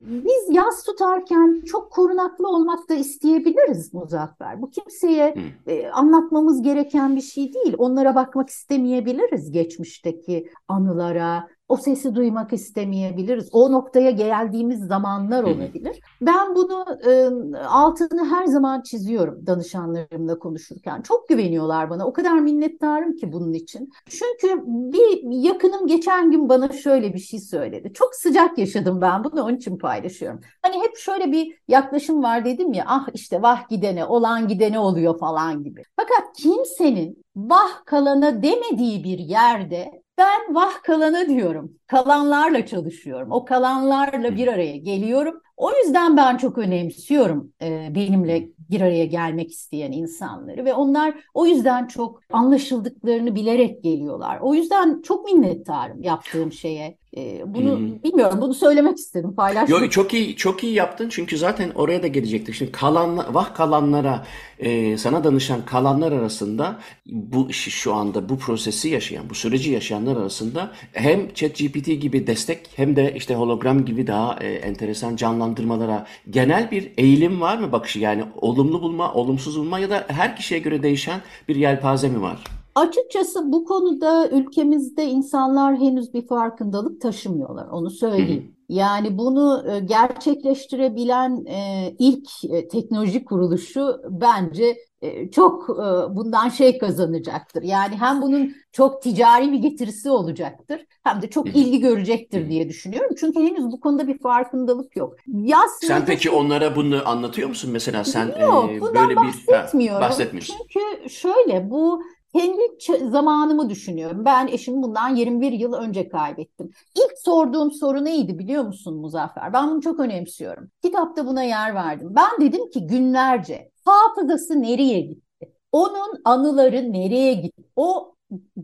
[SPEAKER 4] Biz yas tutarken çok korunaklı olmak da isteyebiliriz Muzaffer. Bu kimseye
[SPEAKER 3] Hı.
[SPEAKER 4] e, anlatmamız gereken bir şey değil. Onlara bakmak istemeyebiliriz, geçmişteki anılara. O sesi duymak istemeyebiliriz. O noktaya geldiğimiz zamanlar
[SPEAKER 3] Hı hı.
[SPEAKER 4] olabilir. Ben bunu e, altını her zaman çiziyorum danışanlarımla konuşurken. Çok güveniyorlar bana. O kadar minnettarım ki bunun için. Çünkü bir yakınım geçen gün bana şöyle bir şey söyledi. Çok sıcak yaşadım ben bunu, onun için paylaşıyorum. Hani hep şöyle bir yaklaşım var, dedim ya, ah işte vah gidene, olan gidene oluyor falan gibi. Fakat kimsenin vah kalana demediği bir yerde ben vah kalana diyorum. Kalanlarla çalışıyorum. O kalanlarla bir araya geliyorum. O yüzden ben çok önemsiyorum e, benimle bir araya gelmek isteyen insanları ve onlar o yüzden çok anlaşıldıklarını bilerek geliyorlar. O yüzden çok minnettarım yaptığım şeye. E,
[SPEAKER 3] Hı
[SPEAKER 4] bunu
[SPEAKER 3] hı.
[SPEAKER 4] bilmiyorum, bunu söylemek istedim,
[SPEAKER 3] Yo,
[SPEAKER 4] paylaşmak.
[SPEAKER 3] çok iyi çok iyi yaptın çünkü zaten oraya da gelecektik. Şimdi kalan vah kalanlara e, sana danışan kalanlar arasında bu şu anda bu prosesi yaşayan, bu süreci yaşayanlar arasında hem ChatGPT gibi destek hem de işte hologram gibi daha e, enteresan canlandırmalara genel bir eğilim var mı bakışı? Yani olumlu bulma, olumsuz bulma ya da her kişiye göre değişen bir yelpaze mi var?
[SPEAKER 4] Açıkçası bu konuda ülkemizde insanlar henüz bir farkındalık taşımıyorlar, onu
[SPEAKER 3] Hı hı.
[SPEAKER 4] söyleyeyim. Yani bunu e, gerçekleştirebilen e, ilk e, teknoloji kuruluşu bence e, çok e, bundan şey kazanacaktır. Yani hem bunun çok ticari bir getirisi olacaktır, hem de
[SPEAKER 3] Hı
[SPEAKER 4] çok
[SPEAKER 3] hı.
[SPEAKER 4] ilgi
[SPEAKER 3] Hı
[SPEAKER 4] görecektir
[SPEAKER 3] hı.
[SPEAKER 4] diye düşünüyorum. Çünkü henüz bu konuda bir farkındalık yok. Yaz
[SPEAKER 3] Sen peki
[SPEAKER 4] mazoşizm
[SPEAKER 3] onlara bunu anlatıyor musun? Mesela sen
[SPEAKER 4] yok,
[SPEAKER 3] e,
[SPEAKER 4] bundan
[SPEAKER 3] böyle bir ha,
[SPEAKER 4] bahsetmiyorum.
[SPEAKER 3] bahsetmiyorsun.
[SPEAKER 4] Çünkü şöyle, bu kendi ç- zamanımı düşünüyorum. Ben eşimi bundan yirmi bir yıl önce kaybettim. İlk sorduğum soru neydi biliyor musun Muzaffer? Ben bunu çok önemsiyorum. Kitapta buna yer verdim. Ben dedim ki günlerce hafızası nereye gitti? Onun anıları nereye gitti? O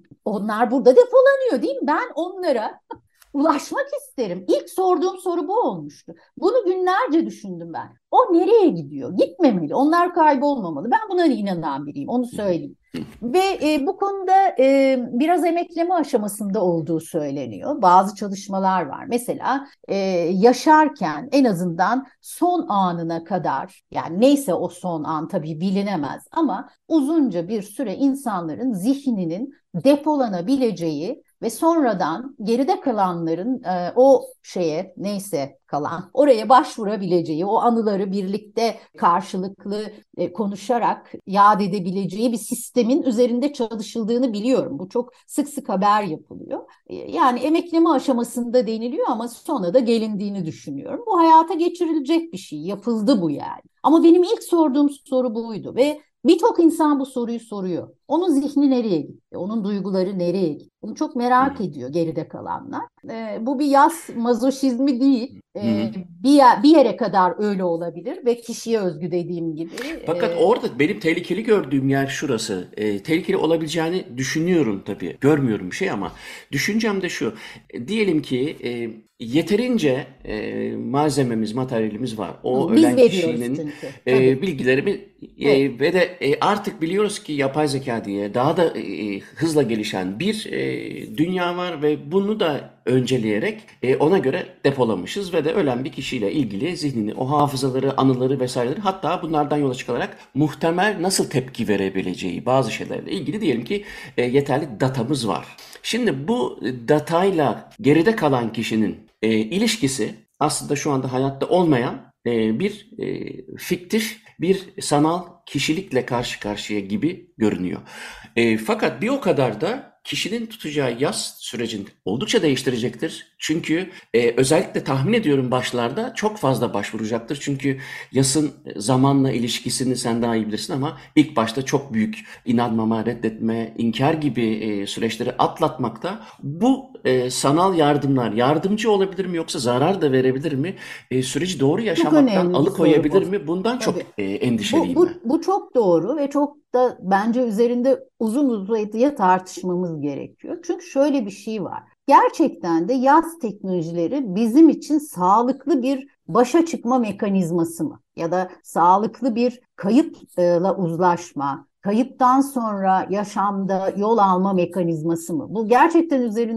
[SPEAKER 4] onlar burada depolanıyor değil mi? Ben onlara ulaşmak isterim. İlk sorduğum soru bu olmuştu. Bunu günlerce düşündüm ben. O nereye gidiyor? Gitmemeli. Onlar kaybolmamalı. Ben buna inanan biriyim. Onu söyleyeyim. Ve e, bu konuda e, biraz emekleme aşamasında olduğu söyleniyor. Bazı çalışmalar var. Mesela e, yaşarken en azından son anına kadar, yani neyse o son an tabii bilinemez ama uzunca bir süre insanların zihninin depolanabileceği ve sonradan geride kalanların e, o şeye, neyse kalan oraya başvurabileceği, o anıları birlikte karşılıklı e, konuşarak yad edebileceği bir sistemin üzerinde çalışıldığını biliyorum. Bu çok sık sık haber yapılıyor. E, yani emekleme aşamasında deniliyor ama sonra da gelindiğini düşünüyorum. Bu hayata geçirilecek bir şey. Yapıldı bu yani. Ama benim ilk sorduğum soru buydu ve birçok insan bu soruyu soruyor. Onun zihni nereye gitti? Onun duyguları nereye gitti? Bunu çok
[SPEAKER 3] Hı
[SPEAKER 4] merak
[SPEAKER 3] hı.
[SPEAKER 4] ediyor geride kalanlar. E, bu bir yas mazoşizmi değil.
[SPEAKER 3] Hı hı.
[SPEAKER 4] E, bir, yer, bir yere kadar öyle olabilir ve kişiye özgü, dediğim gibi.
[SPEAKER 3] Fakat
[SPEAKER 4] E,
[SPEAKER 3] orada benim tehlikeli gördüğüm yer şurası. E, tehlikeli olabileceğini düşünüyorum tabii. Görmüyorum bir şey ama düşüncem de şu. E, diyelim ki e, yeterince e, malzememiz, materyalimiz var. O
[SPEAKER 4] biz
[SPEAKER 3] ölen
[SPEAKER 4] veriyoruz
[SPEAKER 3] kişinin
[SPEAKER 4] çünkü.
[SPEAKER 3] e,
[SPEAKER 4] Tabii.
[SPEAKER 3] bilgilerimi
[SPEAKER 4] Evet.
[SPEAKER 3] e, ve de e, artık biliyoruz ki yapay zeka diye daha da e, hızla gelişen bir e, dünya var ve bunu da önceleyerek e, ona göre depolamışız ve de ölen bir kişiyle ilgili zihnini, o hafızaları, anıları vesaireleri hatta bunlardan yola çıkarak muhtemel nasıl tepki verebileceği bazı şeylerle ilgili diyelim ki e, yeterli datamız var. Şimdi bu datayla geride kalan kişinin e, ilişkisi aslında şu anda hayatta olmayan e, bir e, fiktif bir sanal kişilikle karşı karşıya gibi görünüyor. E, fakat bir o kadar da kişinin tutacağı yas sürecini oldukça değiştirecektir. Çünkü e, özellikle tahmin ediyorum başlarda çok fazla başvuracaktır. Çünkü yasın zamanla ilişkisini sen daha iyi bilirsin ama ilk başta çok büyük inanmama, reddetme, inkar gibi e, süreçleri atlatmakta bu e, sanal yardımlar yardımcı olabilir mi yoksa zarar da verebilir mi? E, süreci doğru
[SPEAKER 4] Çok
[SPEAKER 3] yaşamaktan
[SPEAKER 4] önemli bir soru
[SPEAKER 3] alıkoyabilir
[SPEAKER 4] bu.
[SPEAKER 3] mi? Bundan çok
[SPEAKER 4] Tabii.
[SPEAKER 3] e,
[SPEAKER 4] Bu,
[SPEAKER 3] endişeliyim
[SPEAKER 4] bu,
[SPEAKER 3] ben.
[SPEAKER 4] bu çok doğru ve çok da bence üzerinde uzun uzadıya tartışmamız gerekiyor. Çünkü şöyle bir şey var. Gerçekten de yaz teknolojileri bizim için sağlıklı bir başa çıkma mekanizması mı? Ya da sağlıklı bir kayıpla uzlaşma, kayıptan sonra yaşamda yol alma mekanizması mı? Bu gerçekten üzerinde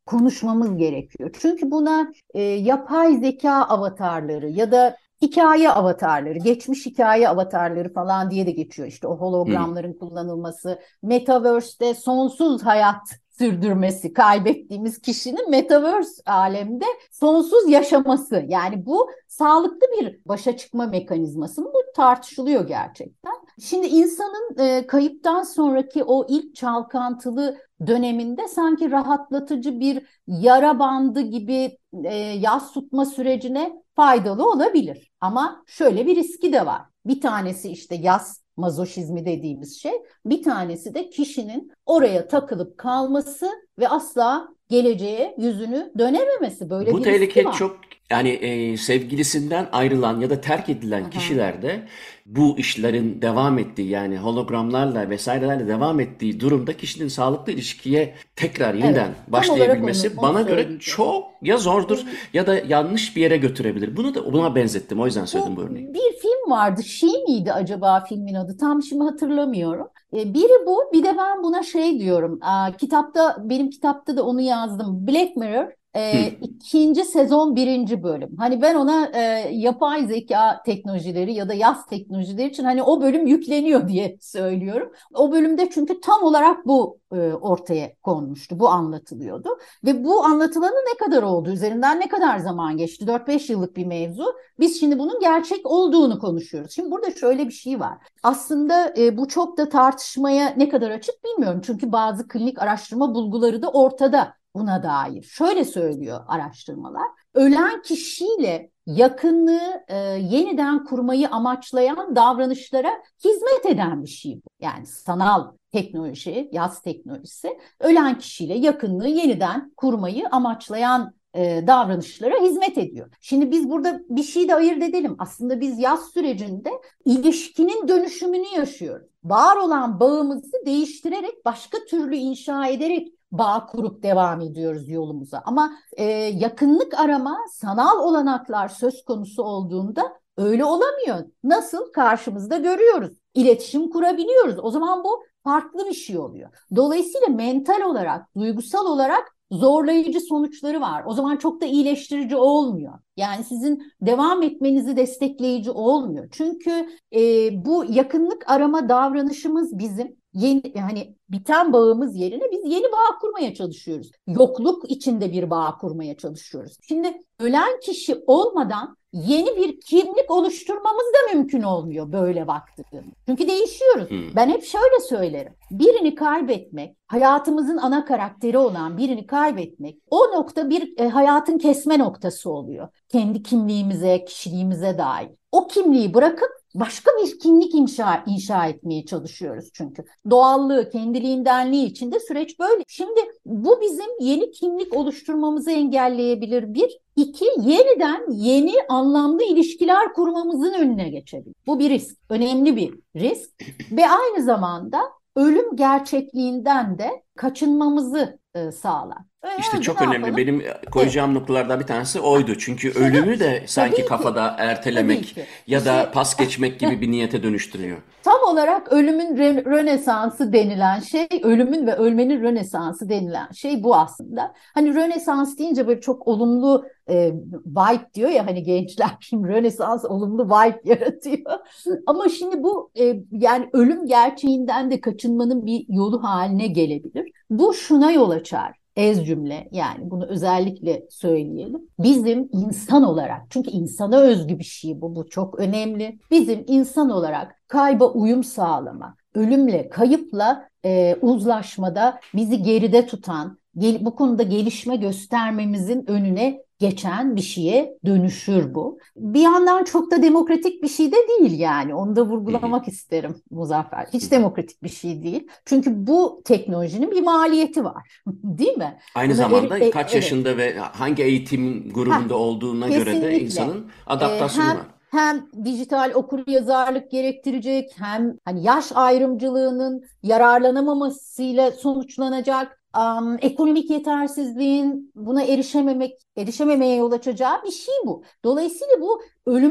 [SPEAKER 4] konuşmamız gerekiyor. Çünkü buna e, yapay zeka avatarları ya da hikaye avatarları, geçmiş hikaye avatarları falan diye de geçiyor. İşte o
[SPEAKER 3] Hı.
[SPEAKER 4] hologramların kullanılması, Metaverse'de sonsuz hayat sürdürmesi, kaybettiğimiz kişinin Metaverse alemde sonsuz yaşaması. Yani bu sağlıklı bir başa çıkma mekanizması mı? Bu tartışılıyor gerçekten. Şimdi insanın e, kayıptan sonraki o ilk çalkantılı döneminde sanki rahatlatıcı bir yara bandı gibi e, yas tutma sürecine faydalı olabilir. Ama şöyle bir riski de var. Bir tanesi işte yas mazoşizmi dediğimiz şey, bir tanesi de kişinin oraya takılıp kalması ve asla geleceğe yüzünü dönememesi. Böyle
[SPEAKER 3] Bu
[SPEAKER 4] bir riski
[SPEAKER 3] tehlike
[SPEAKER 4] var.
[SPEAKER 3] çok, yani e, sevgilisinden ayrılan ya da terk edilen
[SPEAKER 4] Aha.
[SPEAKER 3] kişilerde bu işlerin devam ettiği, yani hologramlarla vesairelerle devam ettiği durumda kişinin sağlıklı ilişkiye tekrar yeniden
[SPEAKER 4] Evet, tam olarak onu,
[SPEAKER 3] başlayabilmesi
[SPEAKER 4] onu
[SPEAKER 3] bana göre
[SPEAKER 4] söyleyeceğim.
[SPEAKER 3] çok ya zordur
[SPEAKER 4] Bu,
[SPEAKER 3] ya da yanlış bir yere götürebilir. Bunu da buna benzettim, o yüzden söyledim
[SPEAKER 4] Bu
[SPEAKER 3] bu örneği.
[SPEAKER 4] bir film vardı. She miydi acaba filmin adı? Tam şimdi hatırlamıyorum. E, biri bu. Bir de ben buna şey diyorum. Aa, kitapta benim kitapta da onu yazdım. Black Mirror
[SPEAKER 3] Hı.
[SPEAKER 4] e, ikinci sezon birinci bölüm. Hani ben ona e, yapay zeka teknolojileri ya da yaz teknolojileri için hani o bölüm yükleniyor diye söylüyorum. O bölümde çünkü tam olarak bu e, ortaya konmuştu. Bu anlatılıyordu. Ve bu anlatılanı ne kadar oldu? Üzerinden ne kadar zaman geçti? dört beş yıllık bir mevzu. Biz şimdi bunun gerçek olduğunu konuşuyoruz. Şimdi burada şöyle bir şey var. Aslında e, bu çok da tartışmaya ne kadar açık bilmiyorum. Çünkü bazı klinik araştırma bulguları da ortada buna dair. Şöyle söylüyor araştırmalar. Ölen kişiyle yakınlığı e, yeniden kurmayı amaçlayan davranışlara hizmet eden bir şey bu. Yani sanal teknoloji, yaz teknolojisi ölen kişiyle yakınlığı yeniden kurmayı amaçlayan e, davranışlara hizmet ediyor. Şimdi biz burada bir şey de ayırt edelim. Aslında biz yaz sürecinde ilişkinin dönüşümünü yaşıyoruz. Var olan bağımızı değiştirerek, başka türlü inşa ederek bağ kurup devam ediyoruz yolumuza. Ama e, yakınlık arama, sanal olanaklar söz konusu olduğunda öyle olamıyor. Nasıl? Karşımızda görüyoruz. İletişim kurabiliyoruz. O zaman bu farklı bir şey oluyor. Dolayısıyla mental olarak, duygusal olarak zorlayıcı sonuçları var. O zaman çok da iyileştirici olmuyor. Yani sizin devam etmenizi destekleyici olmuyor. Çünkü e, bu yakınlık arama davranışımız bizim yeni, yani biten bağımız yerine biz yeni bağ kurmaya çalışıyoruz. Yokluk içinde bir bağ kurmaya çalışıyoruz. Şimdi ölen kişi olmadan yeni bir kimlik oluşturmamız da mümkün olmuyor böyle baktığımda. Çünkü değişiyoruz.
[SPEAKER 3] Hı.
[SPEAKER 4] Ben hep şöyle söylerim. Birini kaybetmek, hayatımızın ana karakteri olan birini kaybetmek, o nokta bir e, hayatın kesme noktası oluyor. Kendi kimliğimize, kişiliğimize dair. O kimliği bırakıp başka bir kimlik inşa, inşa etmeye çalışıyoruz çünkü. Doğallığı, kendiliğindenliği içinde süreç böyle. Şimdi bu bizim yeni kimlik oluşturmamızı engelleyebilir bir. İki, yeniden yeni anlamlı ilişkiler kurmamızın önüne geçebilir. Bu bir risk, önemli bir risk ve aynı zamanda ölüm gerçekliğinden de kaçınmamızı e, sağlar.
[SPEAKER 3] İşte
[SPEAKER 4] Önce
[SPEAKER 3] çok
[SPEAKER 4] ne
[SPEAKER 3] önemli.
[SPEAKER 4] yapalım?
[SPEAKER 3] Benim
[SPEAKER 4] Evet.
[SPEAKER 3] koyacağım noktalardan bir tanesi oydu. Çünkü
[SPEAKER 4] Şunu,
[SPEAKER 3] ölümü de sanki
[SPEAKER 4] tabii ki,
[SPEAKER 3] kafada
[SPEAKER 4] tabii
[SPEAKER 3] ertelemek
[SPEAKER 4] ki.
[SPEAKER 3] ya da
[SPEAKER 4] İşte
[SPEAKER 3] pas geçmek gibi bir niyete dönüştürüyor.
[SPEAKER 4] tam olarak ölümün re- rönesansı denilen şey, ölümün ve ölmenin rönesansı denilen şey bu aslında. Hani rönesans deyince böyle çok olumlu e, vibe diyor ya hani gençler, şimdi rönesans olumlu vibe yaratıyor. Ama şimdi bu e, yani ölüm gerçeğinden de kaçınmanın bir yolu haline gelebilir. Bu şuna yol açar. Ez cümle, yani bunu özellikle söyleyelim. Bizim insan olarak, çünkü insana özgü bir şey bu, bu çok önemli. Bizim insan olarak kayba uyum sağlama, ölümle, kayıpla e, uzlaşmada bizi geride tutan, gel, bu konuda gelişme göstermemizin önüne geçen bir şeye dönüşür bu. Bir yandan çok da demokratik bir şey de değil yani. Onu da
[SPEAKER 3] Hı hı,
[SPEAKER 4] vurgulamak isterim Muzaffer.
[SPEAKER 3] hı
[SPEAKER 4] Hiç
[SPEAKER 3] hı.
[SPEAKER 4] demokratik bir şey değil. Çünkü bu teknolojinin bir maliyeti var. Değil mi?
[SPEAKER 3] Aynı
[SPEAKER 4] Buna eri-
[SPEAKER 3] zamanda
[SPEAKER 4] e-
[SPEAKER 3] kaç
[SPEAKER 4] evet.
[SPEAKER 3] yaşında ve hangi eğitim
[SPEAKER 4] Heh,
[SPEAKER 3] grubunda olduğuna göre de
[SPEAKER 4] kesinlikle.
[SPEAKER 3] insanın
[SPEAKER 4] Ee,
[SPEAKER 3] adaptasyonu
[SPEAKER 4] hem
[SPEAKER 3] var.
[SPEAKER 4] hem dijital okuryazarlık gerektirecek, hem hani yaş ayrımcılığının yararlanamamasıyla sonuçlanacak, am, ekonomik yetersizliğin buna erişememek, erişememeye yol açacağı bir şey bu. Dolayısıyla bu ölümün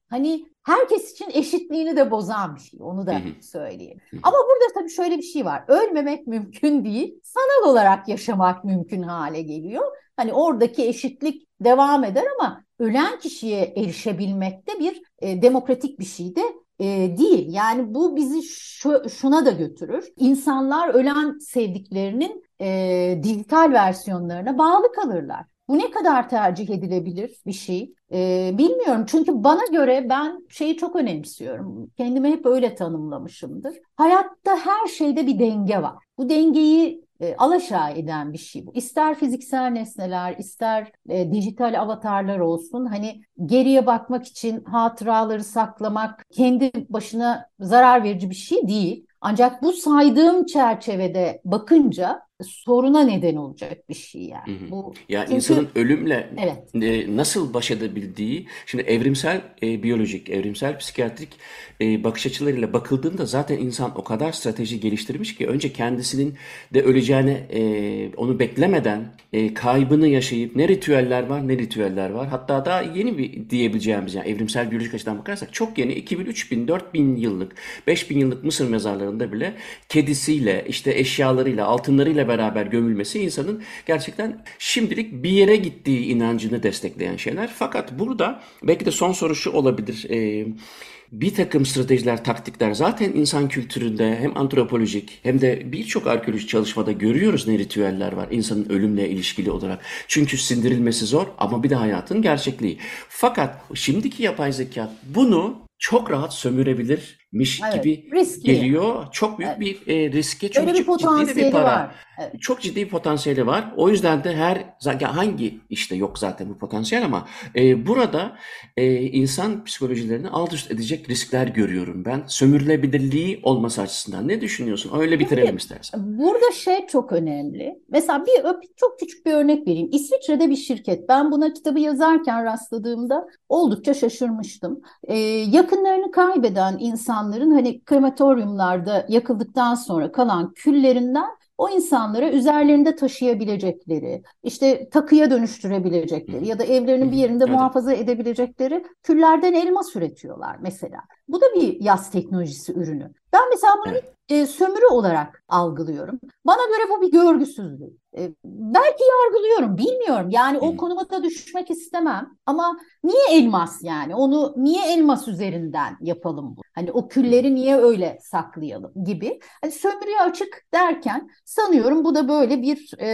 [SPEAKER 4] hani herkes için eşitliğini de bozan bir şey. Onu
[SPEAKER 3] Hı
[SPEAKER 4] da
[SPEAKER 3] hı.
[SPEAKER 4] söyleyeyim. Ama burada tabii şöyle bir şey var. Ölmemek mümkün değil. Sanal olarak yaşamak mümkün hale geliyor. Hani oradaki eşitlik devam eder ama ölen kişiye erişebilmek de bir e, demokratik bir şey de e, değil. Yani bu bizi şu, şuna da götürür. İnsanlar ölen sevdiklerinin e, dijital versiyonlarına bağlı kalırlar. Bu ne kadar tercih edilebilir bir şey? Ee, bilmiyorum. Çünkü bana göre ben şeyi çok önemsiyorum. Kendimi hep öyle tanımlamışımdır. Hayatta her şeyde bir denge var. Bu dengeyi e, alaşağı eden bir şey bu. İster fiziksel nesneler, ister e, dijital avatarlar olsun. Hani geriye bakmak için hatıraları saklamak kendi başına zarar verici bir şey değil. Ancak bu saydığım çerçevede bakınca soruna neden olacak bir şey
[SPEAKER 3] Hı
[SPEAKER 4] yani.
[SPEAKER 3] hı.
[SPEAKER 4] Bu
[SPEAKER 3] Ya
[SPEAKER 4] çünkü
[SPEAKER 3] insanın ölümle
[SPEAKER 4] evet.
[SPEAKER 3] e, nasıl baş edebildiği, şimdi evrimsel e, biyolojik, evrimsel psikiyatrik e, bakış açılarıyla bakıldığında zaten insan o kadar strateji geliştirmiş ki önce kendisinin de öleceğini e, onu beklemeden e, kaybını yaşayıp ne ritüeller var ne ritüeller var. Hatta daha yeni bir diyebileceğimiz yani evrimsel biyolojik açıdan bakarsak çok yeni iki bin, üç bin, dört bin yıllık, beş bin yıllık Mısır mezarlarında bile kedisiyle, işte eşyalarıyla, altınlarıyla beraber gömülmesi insanın gerçekten şimdilik bir yere gittiği inancını destekleyen şeyler. Fakat burada belki de son soru şu olabilir. Ee, bir takım stratejiler, taktikler zaten insan kültüründe hem antropolojik hem de birçok arkeolojik çalışmada görüyoruz ne ritüeller var insanın ölümle ilişkili olarak. Çünkü sindirilmesi zor ama bir de hayatın gerçekliği. Fakat şimdiki yapay zeka bunu çok rahat sömürebilirmiş
[SPEAKER 4] Evet.
[SPEAKER 3] gibi
[SPEAKER 4] Riskli yani.
[SPEAKER 3] geliyor. Çok büyük
[SPEAKER 4] Evet.
[SPEAKER 3] bir e, riske çünkü
[SPEAKER 4] Öyle bir
[SPEAKER 3] çok ciddi de bir
[SPEAKER 4] potansiyeli
[SPEAKER 3] para.
[SPEAKER 4] var. Evet.
[SPEAKER 3] Çok ciddi bir potansiyeli var. O yüzden de her zaten hangi işte yok zaten bu potansiyel ama e, burada e, insan psikolojilerini alt üst edecek riskler görüyorum ben. Sömürülebilirliği olması açısından. Ne düşünüyorsun? Öyle bitirelim
[SPEAKER 4] Şimdi
[SPEAKER 3] istersen.
[SPEAKER 4] burada şey çok önemli. Mesela bir çok küçük bir örnek vereyim. İsviçre'de bir şirket. Ben buna kitabı yazarken rastladığımda oldukça şaşırmıştım. Ee, yakınlarını kaybeden insanların hani krematoryumlarda yakıldıktan sonra kalan küllerinden o insanlara üzerlerinde taşıyabilecekleri, işte takıya
[SPEAKER 3] Hı
[SPEAKER 4] dönüştürebilecekleri
[SPEAKER 3] hı.
[SPEAKER 4] ya da
[SPEAKER 3] Hı
[SPEAKER 4] evlerinin bir
[SPEAKER 3] hı.
[SPEAKER 4] yerinde
[SPEAKER 3] Evet, evet.
[SPEAKER 4] muhafaza edebilecekleri küllerden elmas üretiyorlar mesela. Bu da bir yaz teknolojisi ürünü. Ben mesela bunu
[SPEAKER 3] Evet.
[SPEAKER 4] bir e, sömürü olarak algılıyorum. Bana göre bu bir görgüsüzlük. E, belki yargılıyorum, bilmiyorum. Yani
[SPEAKER 3] Hı
[SPEAKER 4] o
[SPEAKER 3] hı.
[SPEAKER 4] konuma da düşmek istemem. Ama niye elmas yani? Onu niye elmas üzerinden yapalım bu? Hani o
[SPEAKER 3] Hı hı.
[SPEAKER 4] külleri niye öyle saklayalım gibi. Hani sömürüye açık derken sanıyorum bu da böyle bir e,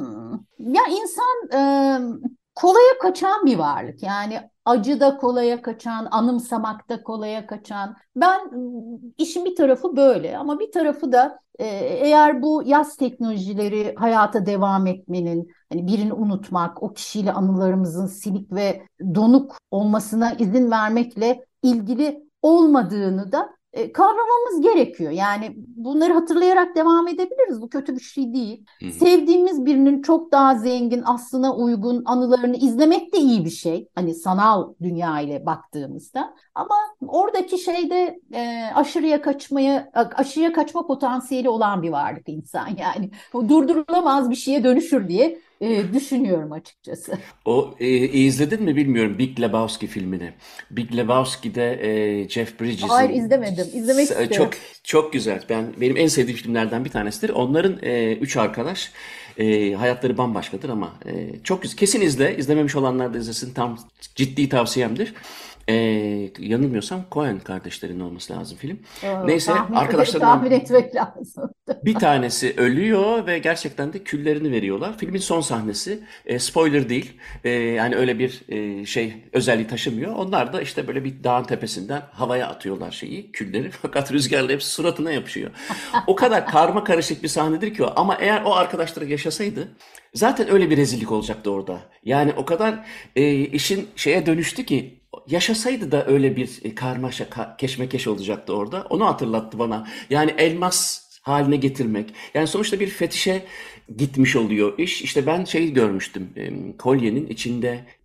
[SPEAKER 4] ya insan e, kolaya kaçan bir varlık. Yani acı da kolaya kaçan, anımsamak da kolaya kaçan. Ben işin bir tarafı böyle ama bir tarafı da e, eğer bu yaz teknolojileri hayata devam etmenin, hani birini unutmak, o kişiyle anılarımızın silik ve donuk olmasına izin vermekle ilgili olmadığını da e, kavramamız gerekiyor. Yani bunları hatırlayarak devam edebiliriz. Bu kötü bir şey değil.
[SPEAKER 3] Hı hı.
[SPEAKER 4] Sevdiğimiz birinin çok daha zengin, aslına uygun anılarını izlemek de iyi bir şey. Hani sanal dünya ile baktığımızda. Ama oradaki şeyde e, aşırıya kaçmaya, aşırıya kaçma potansiyeli olan bir varlık insan. Yani o durdurulamaz bir şeye dönüşür diye e, düşünüyorum açıkçası.
[SPEAKER 3] O e, izledin mi bilmiyorum Big Lebowski filmini. Big Lebowski'de e, Jeff
[SPEAKER 4] Hayır,
[SPEAKER 3] Bridges'in
[SPEAKER 4] izlemedim. İzlemek
[SPEAKER 3] s- çok
[SPEAKER 4] isterim.
[SPEAKER 3] çok güzel. Ben benim en sevdiğim filmlerden bir tanesidir. Onların e, üç arkadaş e, hayatları bambaşkadır ama e, çok güzel. Kesin izle. İzlememiş olanlar da izlesin. Tam ciddi tavsiyemdir. E, yanılmıyorsam Coen kardeşlerin olması lazım film.
[SPEAKER 4] Oo,
[SPEAKER 3] Neyse
[SPEAKER 4] tahmin, tahmin
[SPEAKER 3] arkadaşlarından
[SPEAKER 4] etmek lazım.
[SPEAKER 3] bir tanesi ölüyor ve gerçekten de küllerini veriyorlar. Filmin son sahnesi e, spoiler değil. E, yani öyle bir e, şey özelliği taşımıyor. Onlar da işte böyle bir dağın tepesinden havaya atıyorlar şeyi, külleri. Fakat rüzgarla hepsi suratına yapışıyor. O kadar karma karışık bir sahnedir ki o. Ama eğer o arkadaşları yaşasaydı zaten öyle bir rezillik olacaktı orada. Yani o kadar e, işin şeye dönüştü ki yaşasaydı da öyle bir e, karmaşa, ka- keşmekeş olacaktı orada. Onu hatırlattı bana. Yani elmas haline getirmek. Yani sonuçta bir fetişe gitmiş oluyor iş. İşte ben şey görmüştüm. e, Kolyenin içinde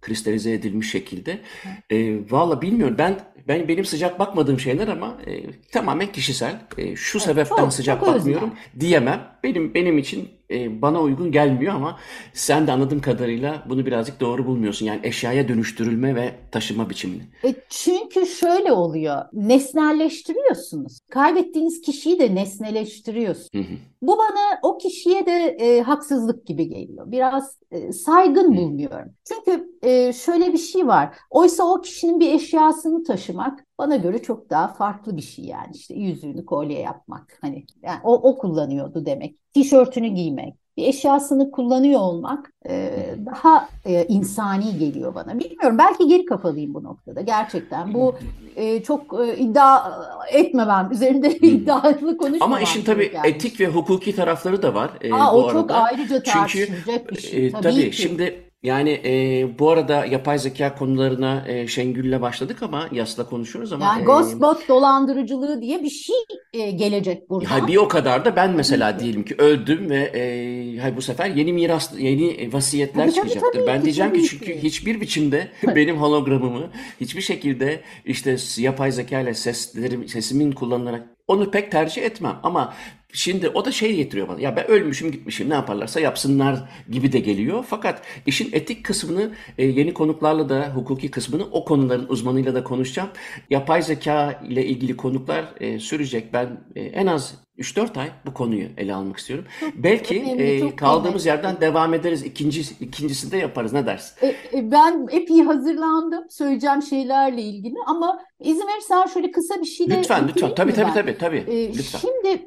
[SPEAKER 3] kristalize edilmiş şekilde. E, valla bilmiyorum. Ben ben benim sıcak bakmadığım şeyler ama e, tamamen kişisel. E, şu
[SPEAKER 4] Evet,
[SPEAKER 3] sebepten
[SPEAKER 4] çok
[SPEAKER 3] sıcak
[SPEAKER 4] çok öznel.
[SPEAKER 3] bakmıyorum diyemem. Benim benim için e, bana uygun gelmiyor ama sen de anladığım kadarıyla bunu birazcık doğru bulmuyorsun. Yani eşyaya dönüştürülme ve taşıma biçimini.
[SPEAKER 4] E çünkü şöyle oluyor, nesnelleştiriyorsunuz. Kaybettiğiniz kişiyi de nesneleştiriyorsunuz.
[SPEAKER 3] Hı hı.
[SPEAKER 4] Bu bana o kişiye de e, haksızlık gibi geliyor. Biraz e, saygın
[SPEAKER 3] Hı.
[SPEAKER 4] bulmuyorum. Çünkü e, şöyle bir şey var. Oysa o kişinin bir eşyasını taşımak bana göre çok daha farklı bir şey yani. İşte yüzüğünü kolye yapmak. Hani yani o, o kullanıyordu demek. Tişörtünü giymek. Bir eşyasını kullanıyor olmak e, daha e, insani geliyor bana. Bilmiyorum, belki geri kafalıyım bu noktada. Gerçekten bu e, çok e, iddia etmemem, üzerinde iddialı
[SPEAKER 3] Ama işin
[SPEAKER 4] konuşmamam
[SPEAKER 3] tabii
[SPEAKER 4] gereken bir
[SPEAKER 3] etik
[SPEAKER 4] şey.
[SPEAKER 3] ve hukuki tarafları da var e,
[SPEAKER 4] Aa,
[SPEAKER 3] bu
[SPEAKER 4] o çok
[SPEAKER 3] arada.
[SPEAKER 4] ayrıca
[SPEAKER 3] Çünkü
[SPEAKER 4] tartışılacak bir şey.
[SPEAKER 3] e,
[SPEAKER 4] Tabii
[SPEAKER 3] tabii
[SPEAKER 4] ki.
[SPEAKER 3] şimdi yani e, bu arada yapay zeka konularına e, Şengül'le başladık ama Yas'la konuşuyoruz ama
[SPEAKER 4] Yani
[SPEAKER 3] e,
[SPEAKER 4] Ghostbot dolandırıcılığı diye bir şey e, gelecek
[SPEAKER 3] hay bir
[SPEAKER 4] buradan.
[SPEAKER 3] o kadar da ben
[SPEAKER 4] Tabii
[SPEAKER 3] mesela
[SPEAKER 4] ki.
[SPEAKER 3] diyelim ki öldüm ve e, hay bu sefer yeni miras, yeni vasiyetler
[SPEAKER 4] Tabii tabii
[SPEAKER 3] çıkacaktır.
[SPEAKER 4] tabii
[SPEAKER 3] Ben
[SPEAKER 4] ki,
[SPEAKER 3] diyeceğim ki
[SPEAKER 4] tabii
[SPEAKER 3] çünkü
[SPEAKER 4] ki.
[SPEAKER 3] hiçbir biçimde benim hologramımı hiçbir şekilde işte yapay zeka ile seslerim, sesimin kullanılarak onu pek tercih etmem. Ama şimdi o da şey getiriyor bana. Ya ben ölmüşüm gitmişim ne yaparlarsa yapsınlar gibi de geliyor. Fakat işin etik kısmını e, yeni konuklarla da hukuki kısmını o konuların uzmanıyla da konuşacağım. Yapay zeka ile ilgili konuklar e, sürecek. Ben e, en az üç dört ay bu konuyu ele almak istiyorum.
[SPEAKER 4] Çok
[SPEAKER 3] Belki
[SPEAKER 4] önemli,
[SPEAKER 3] e,
[SPEAKER 4] çok
[SPEAKER 3] kaldığımız
[SPEAKER 4] kıymetli.
[SPEAKER 3] yerden devam ederiz. İkinci, ikincisini de yaparız. Ne dersin?
[SPEAKER 4] E, e, Ben epey hazırlandım söyleyeceğim şeylerle ilgili, ama izin verirsen şöyle kısa bir şeyle
[SPEAKER 3] Lütfen lütfen.
[SPEAKER 4] bitireyim
[SPEAKER 3] Tabii
[SPEAKER 4] mi
[SPEAKER 3] tabii
[SPEAKER 4] ben?
[SPEAKER 3] tabii tabii.
[SPEAKER 4] E,
[SPEAKER 3] Lütfen.
[SPEAKER 4] şimdi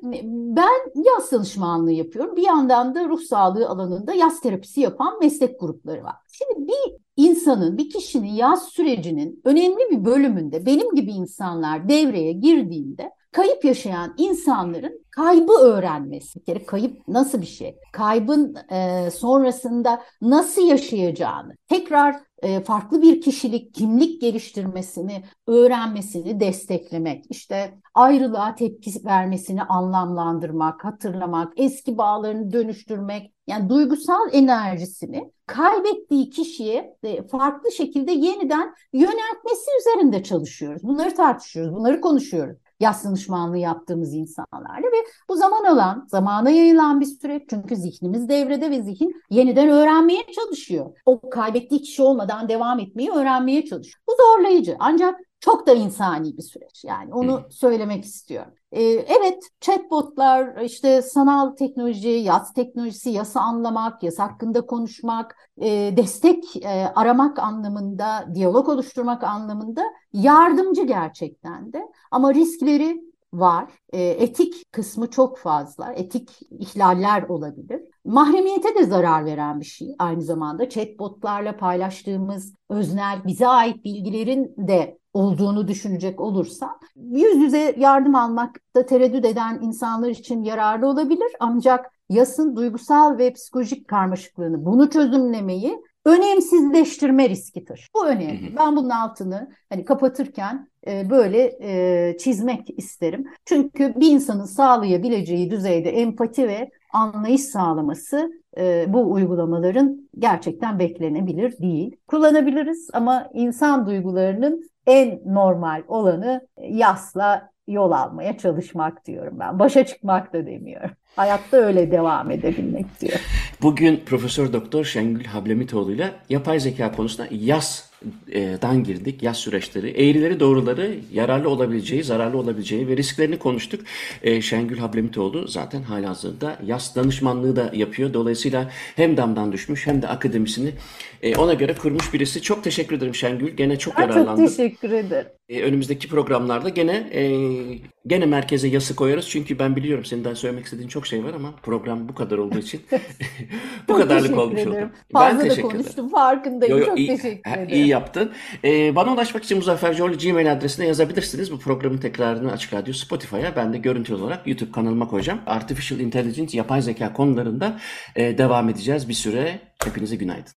[SPEAKER 4] ben yaz danışmanlığı yapıyorum. Bir yandan da ruh sağlığı alanında yaz terapisi yapan meslek grupları var. Şimdi bir insanın, bir kişinin yaz sürecinin önemli bir bölümünde benim gibi insanlar devreye girdiğinde kayıp yaşayan insanların kaybı öğrenmesi. Bir kere kayıp nasıl bir şey? Kaybın e, sonrasında nasıl yaşayacağını, tekrar e, farklı bir kişilik, kimlik geliştirmesini, öğrenmesini desteklemek. İşte ayrılığa tepki vermesini anlamlandırmak, hatırlamak, eski bağlarını dönüştürmek. Yani duygusal enerjisini kaybettiği kişiye de farklı şekilde yeniden yöneltmesi üzerinde çalışıyoruz. Bunları tartışıyoruz, bunları konuşuyoruz. Yaz danışmanlığı yaptığımız insanlarla ve bu zaman alan, zamana yayılan bir süreç. Çünkü zihnimiz devrede ve zihin yeniden öğrenmeye çalışıyor. O kaybettiği kişi olmadan devam etmeyi öğrenmeye çalışıyor. Bu zorlayıcı, ancak çok da insani bir süreç. Yani onu söylemek istiyorum. Ee, evet, chatbotlar, işte sanal teknoloji, yaz teknolojisi, yasa anlamak, yaz hakkında konuşmak, e, destek e, aramak anlamında, diyalog oluşturmak anlamında yardımcı gerçekten de. Ama riskleri var. E, etik kısmı çok fazla. Etik ihlaller olabilir. Mahremiyete de zarar veren bir şey. Aynı zamanda chatbotlarla paylaştığımız öznel, bize ait bilgilerin de olduğunu düşünecek olursa, yüz yüze yardım almakta tereddüt eden insanlar için yararlı olabilir. Ancak yasın duygusal ve psikolojik karmaşıklığını, bunu çözümlemeyi önemsizleştirme riski taşıyor. Bu önemli. Ben bunun altını hani kapatırken e, böyle e, çizmek isterim. Çünkü bir insanın sağlayabileceği düzeyde empati ve anlayış sağlaması e, bu uygulamaların gerçekten beklenebilir değil. Kullanabiliriz ama insan duygularının en normal olanı yasla yol almaya çalışmak diyorum ben. Başa çıkmak da demiyorum. Hayatta öyle devam edebilmek diyor.
[SPEAKER 3] Bugün Profesör Doktor Şengül Hablemitoğlu ile yapay zeka konusunda yazdan girdik, yaz süreçleri, eğrileri doğruları, yararlı olabileceği, zararlı olabileceği ve risklerini konuştuk. Şengül Hablemitoğlu zaten halihazırda yaz danışmanlığı da yapıyor. Dolayısıyla hem damdan düşmüş hem de akademisini ona göre kurmuş birisi. Çok teşekkür ederim Şengül. Gene çok
[SPEAKER 4] Ben
[SPEAKER 3] yararlandım.
[SPEAKER 4] çok teşekkür ederim.
[SPEAKER 3] Önümüzdeki programlarda gene e, gene merkeze yası koyarız. Çünkü ben biliyorum senin daha söylemek istediğin çok şey var ama program bu kadar olduğu için bu
[SPEAKER 4] Çok
[SPEAKER 3] kadarlık
[SPEAKER 4] teşekkür
[SPEAKER 3] olmuş
[SPEAKER 4] ederim.
[SPEAKER 3] oldu.
[SPEAKER 4] Fazla
[SPEAKER 3] Ben
[SPEAKER 4] da
[SPEAKER 3] teşekkür ederim.
[SPEAKER 4] konuştum, farkındayım.
[SPEAKER 3] Yo, yo,
[SPEAKER 4] Çok
[SPEAKER 3] iyi,
[SPEAKER 4] teşekkür
[SPEAKER 3] ha,
[SPEAKER 4] ederim.
[SPEAKER 3] iyi yaptın. Ee, bana ulaşmak için Muzaffer Joğlu Gmail adresine yazabilirsiniz. Bu programın tekrarını Açık Radyo Spotify'a, ben de görüntü olarak YouTube kanalıma koyacağım. Artificial Intelligence, yapay zeka konularında e, devam edeceğiz bir süre. Hepinize günaydın.